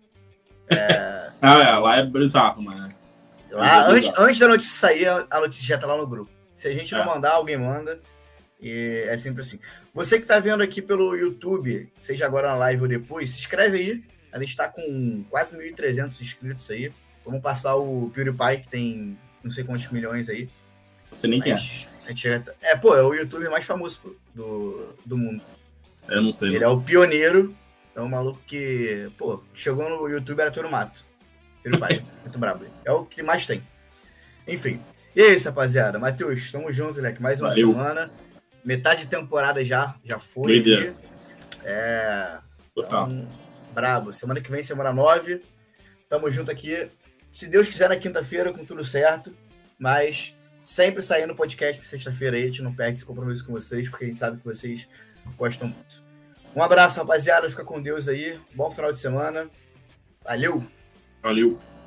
Lá é bizarro, mano. Lá, antes da notícia sair, a notícia já tá lá no grupo. Se a gente não mandar, alguém manda. E é sempre assim. Você que tá vendo aqui pelo YouTube, seja agora na live ou depois, se inscreve aí. A gente tá com quase 1.300 inscritos aí. Vamos passar o PewDiePie, que tem não sei quantos milhões aí. Você nem quer. É o youtuber mais famoso do mundo. Eu não sei. Ele é o pioneiro. É um maluco que, chegou no YouTube, era todo mato. PewDiePie, muito brabo. É o que mais tem. Enfim. E é isso, rapaziada. Matheus, tamo junto, moleque. Mais uma semana. Metade de temporada já foi. Total. Então, brabo. Semana que vem, semana 9. Tamo junto aqui. Se Deus quiser, na quinta-feira, com tudo certo. Mas sempre saindo podcast de sexta-feira aí. A gente não perde esse compromisso com vocês, porque a gente sabe que vocês gostam muito. Um abraço, rapaziada. Fica com Deus aí. Bom final de semana. Valeu!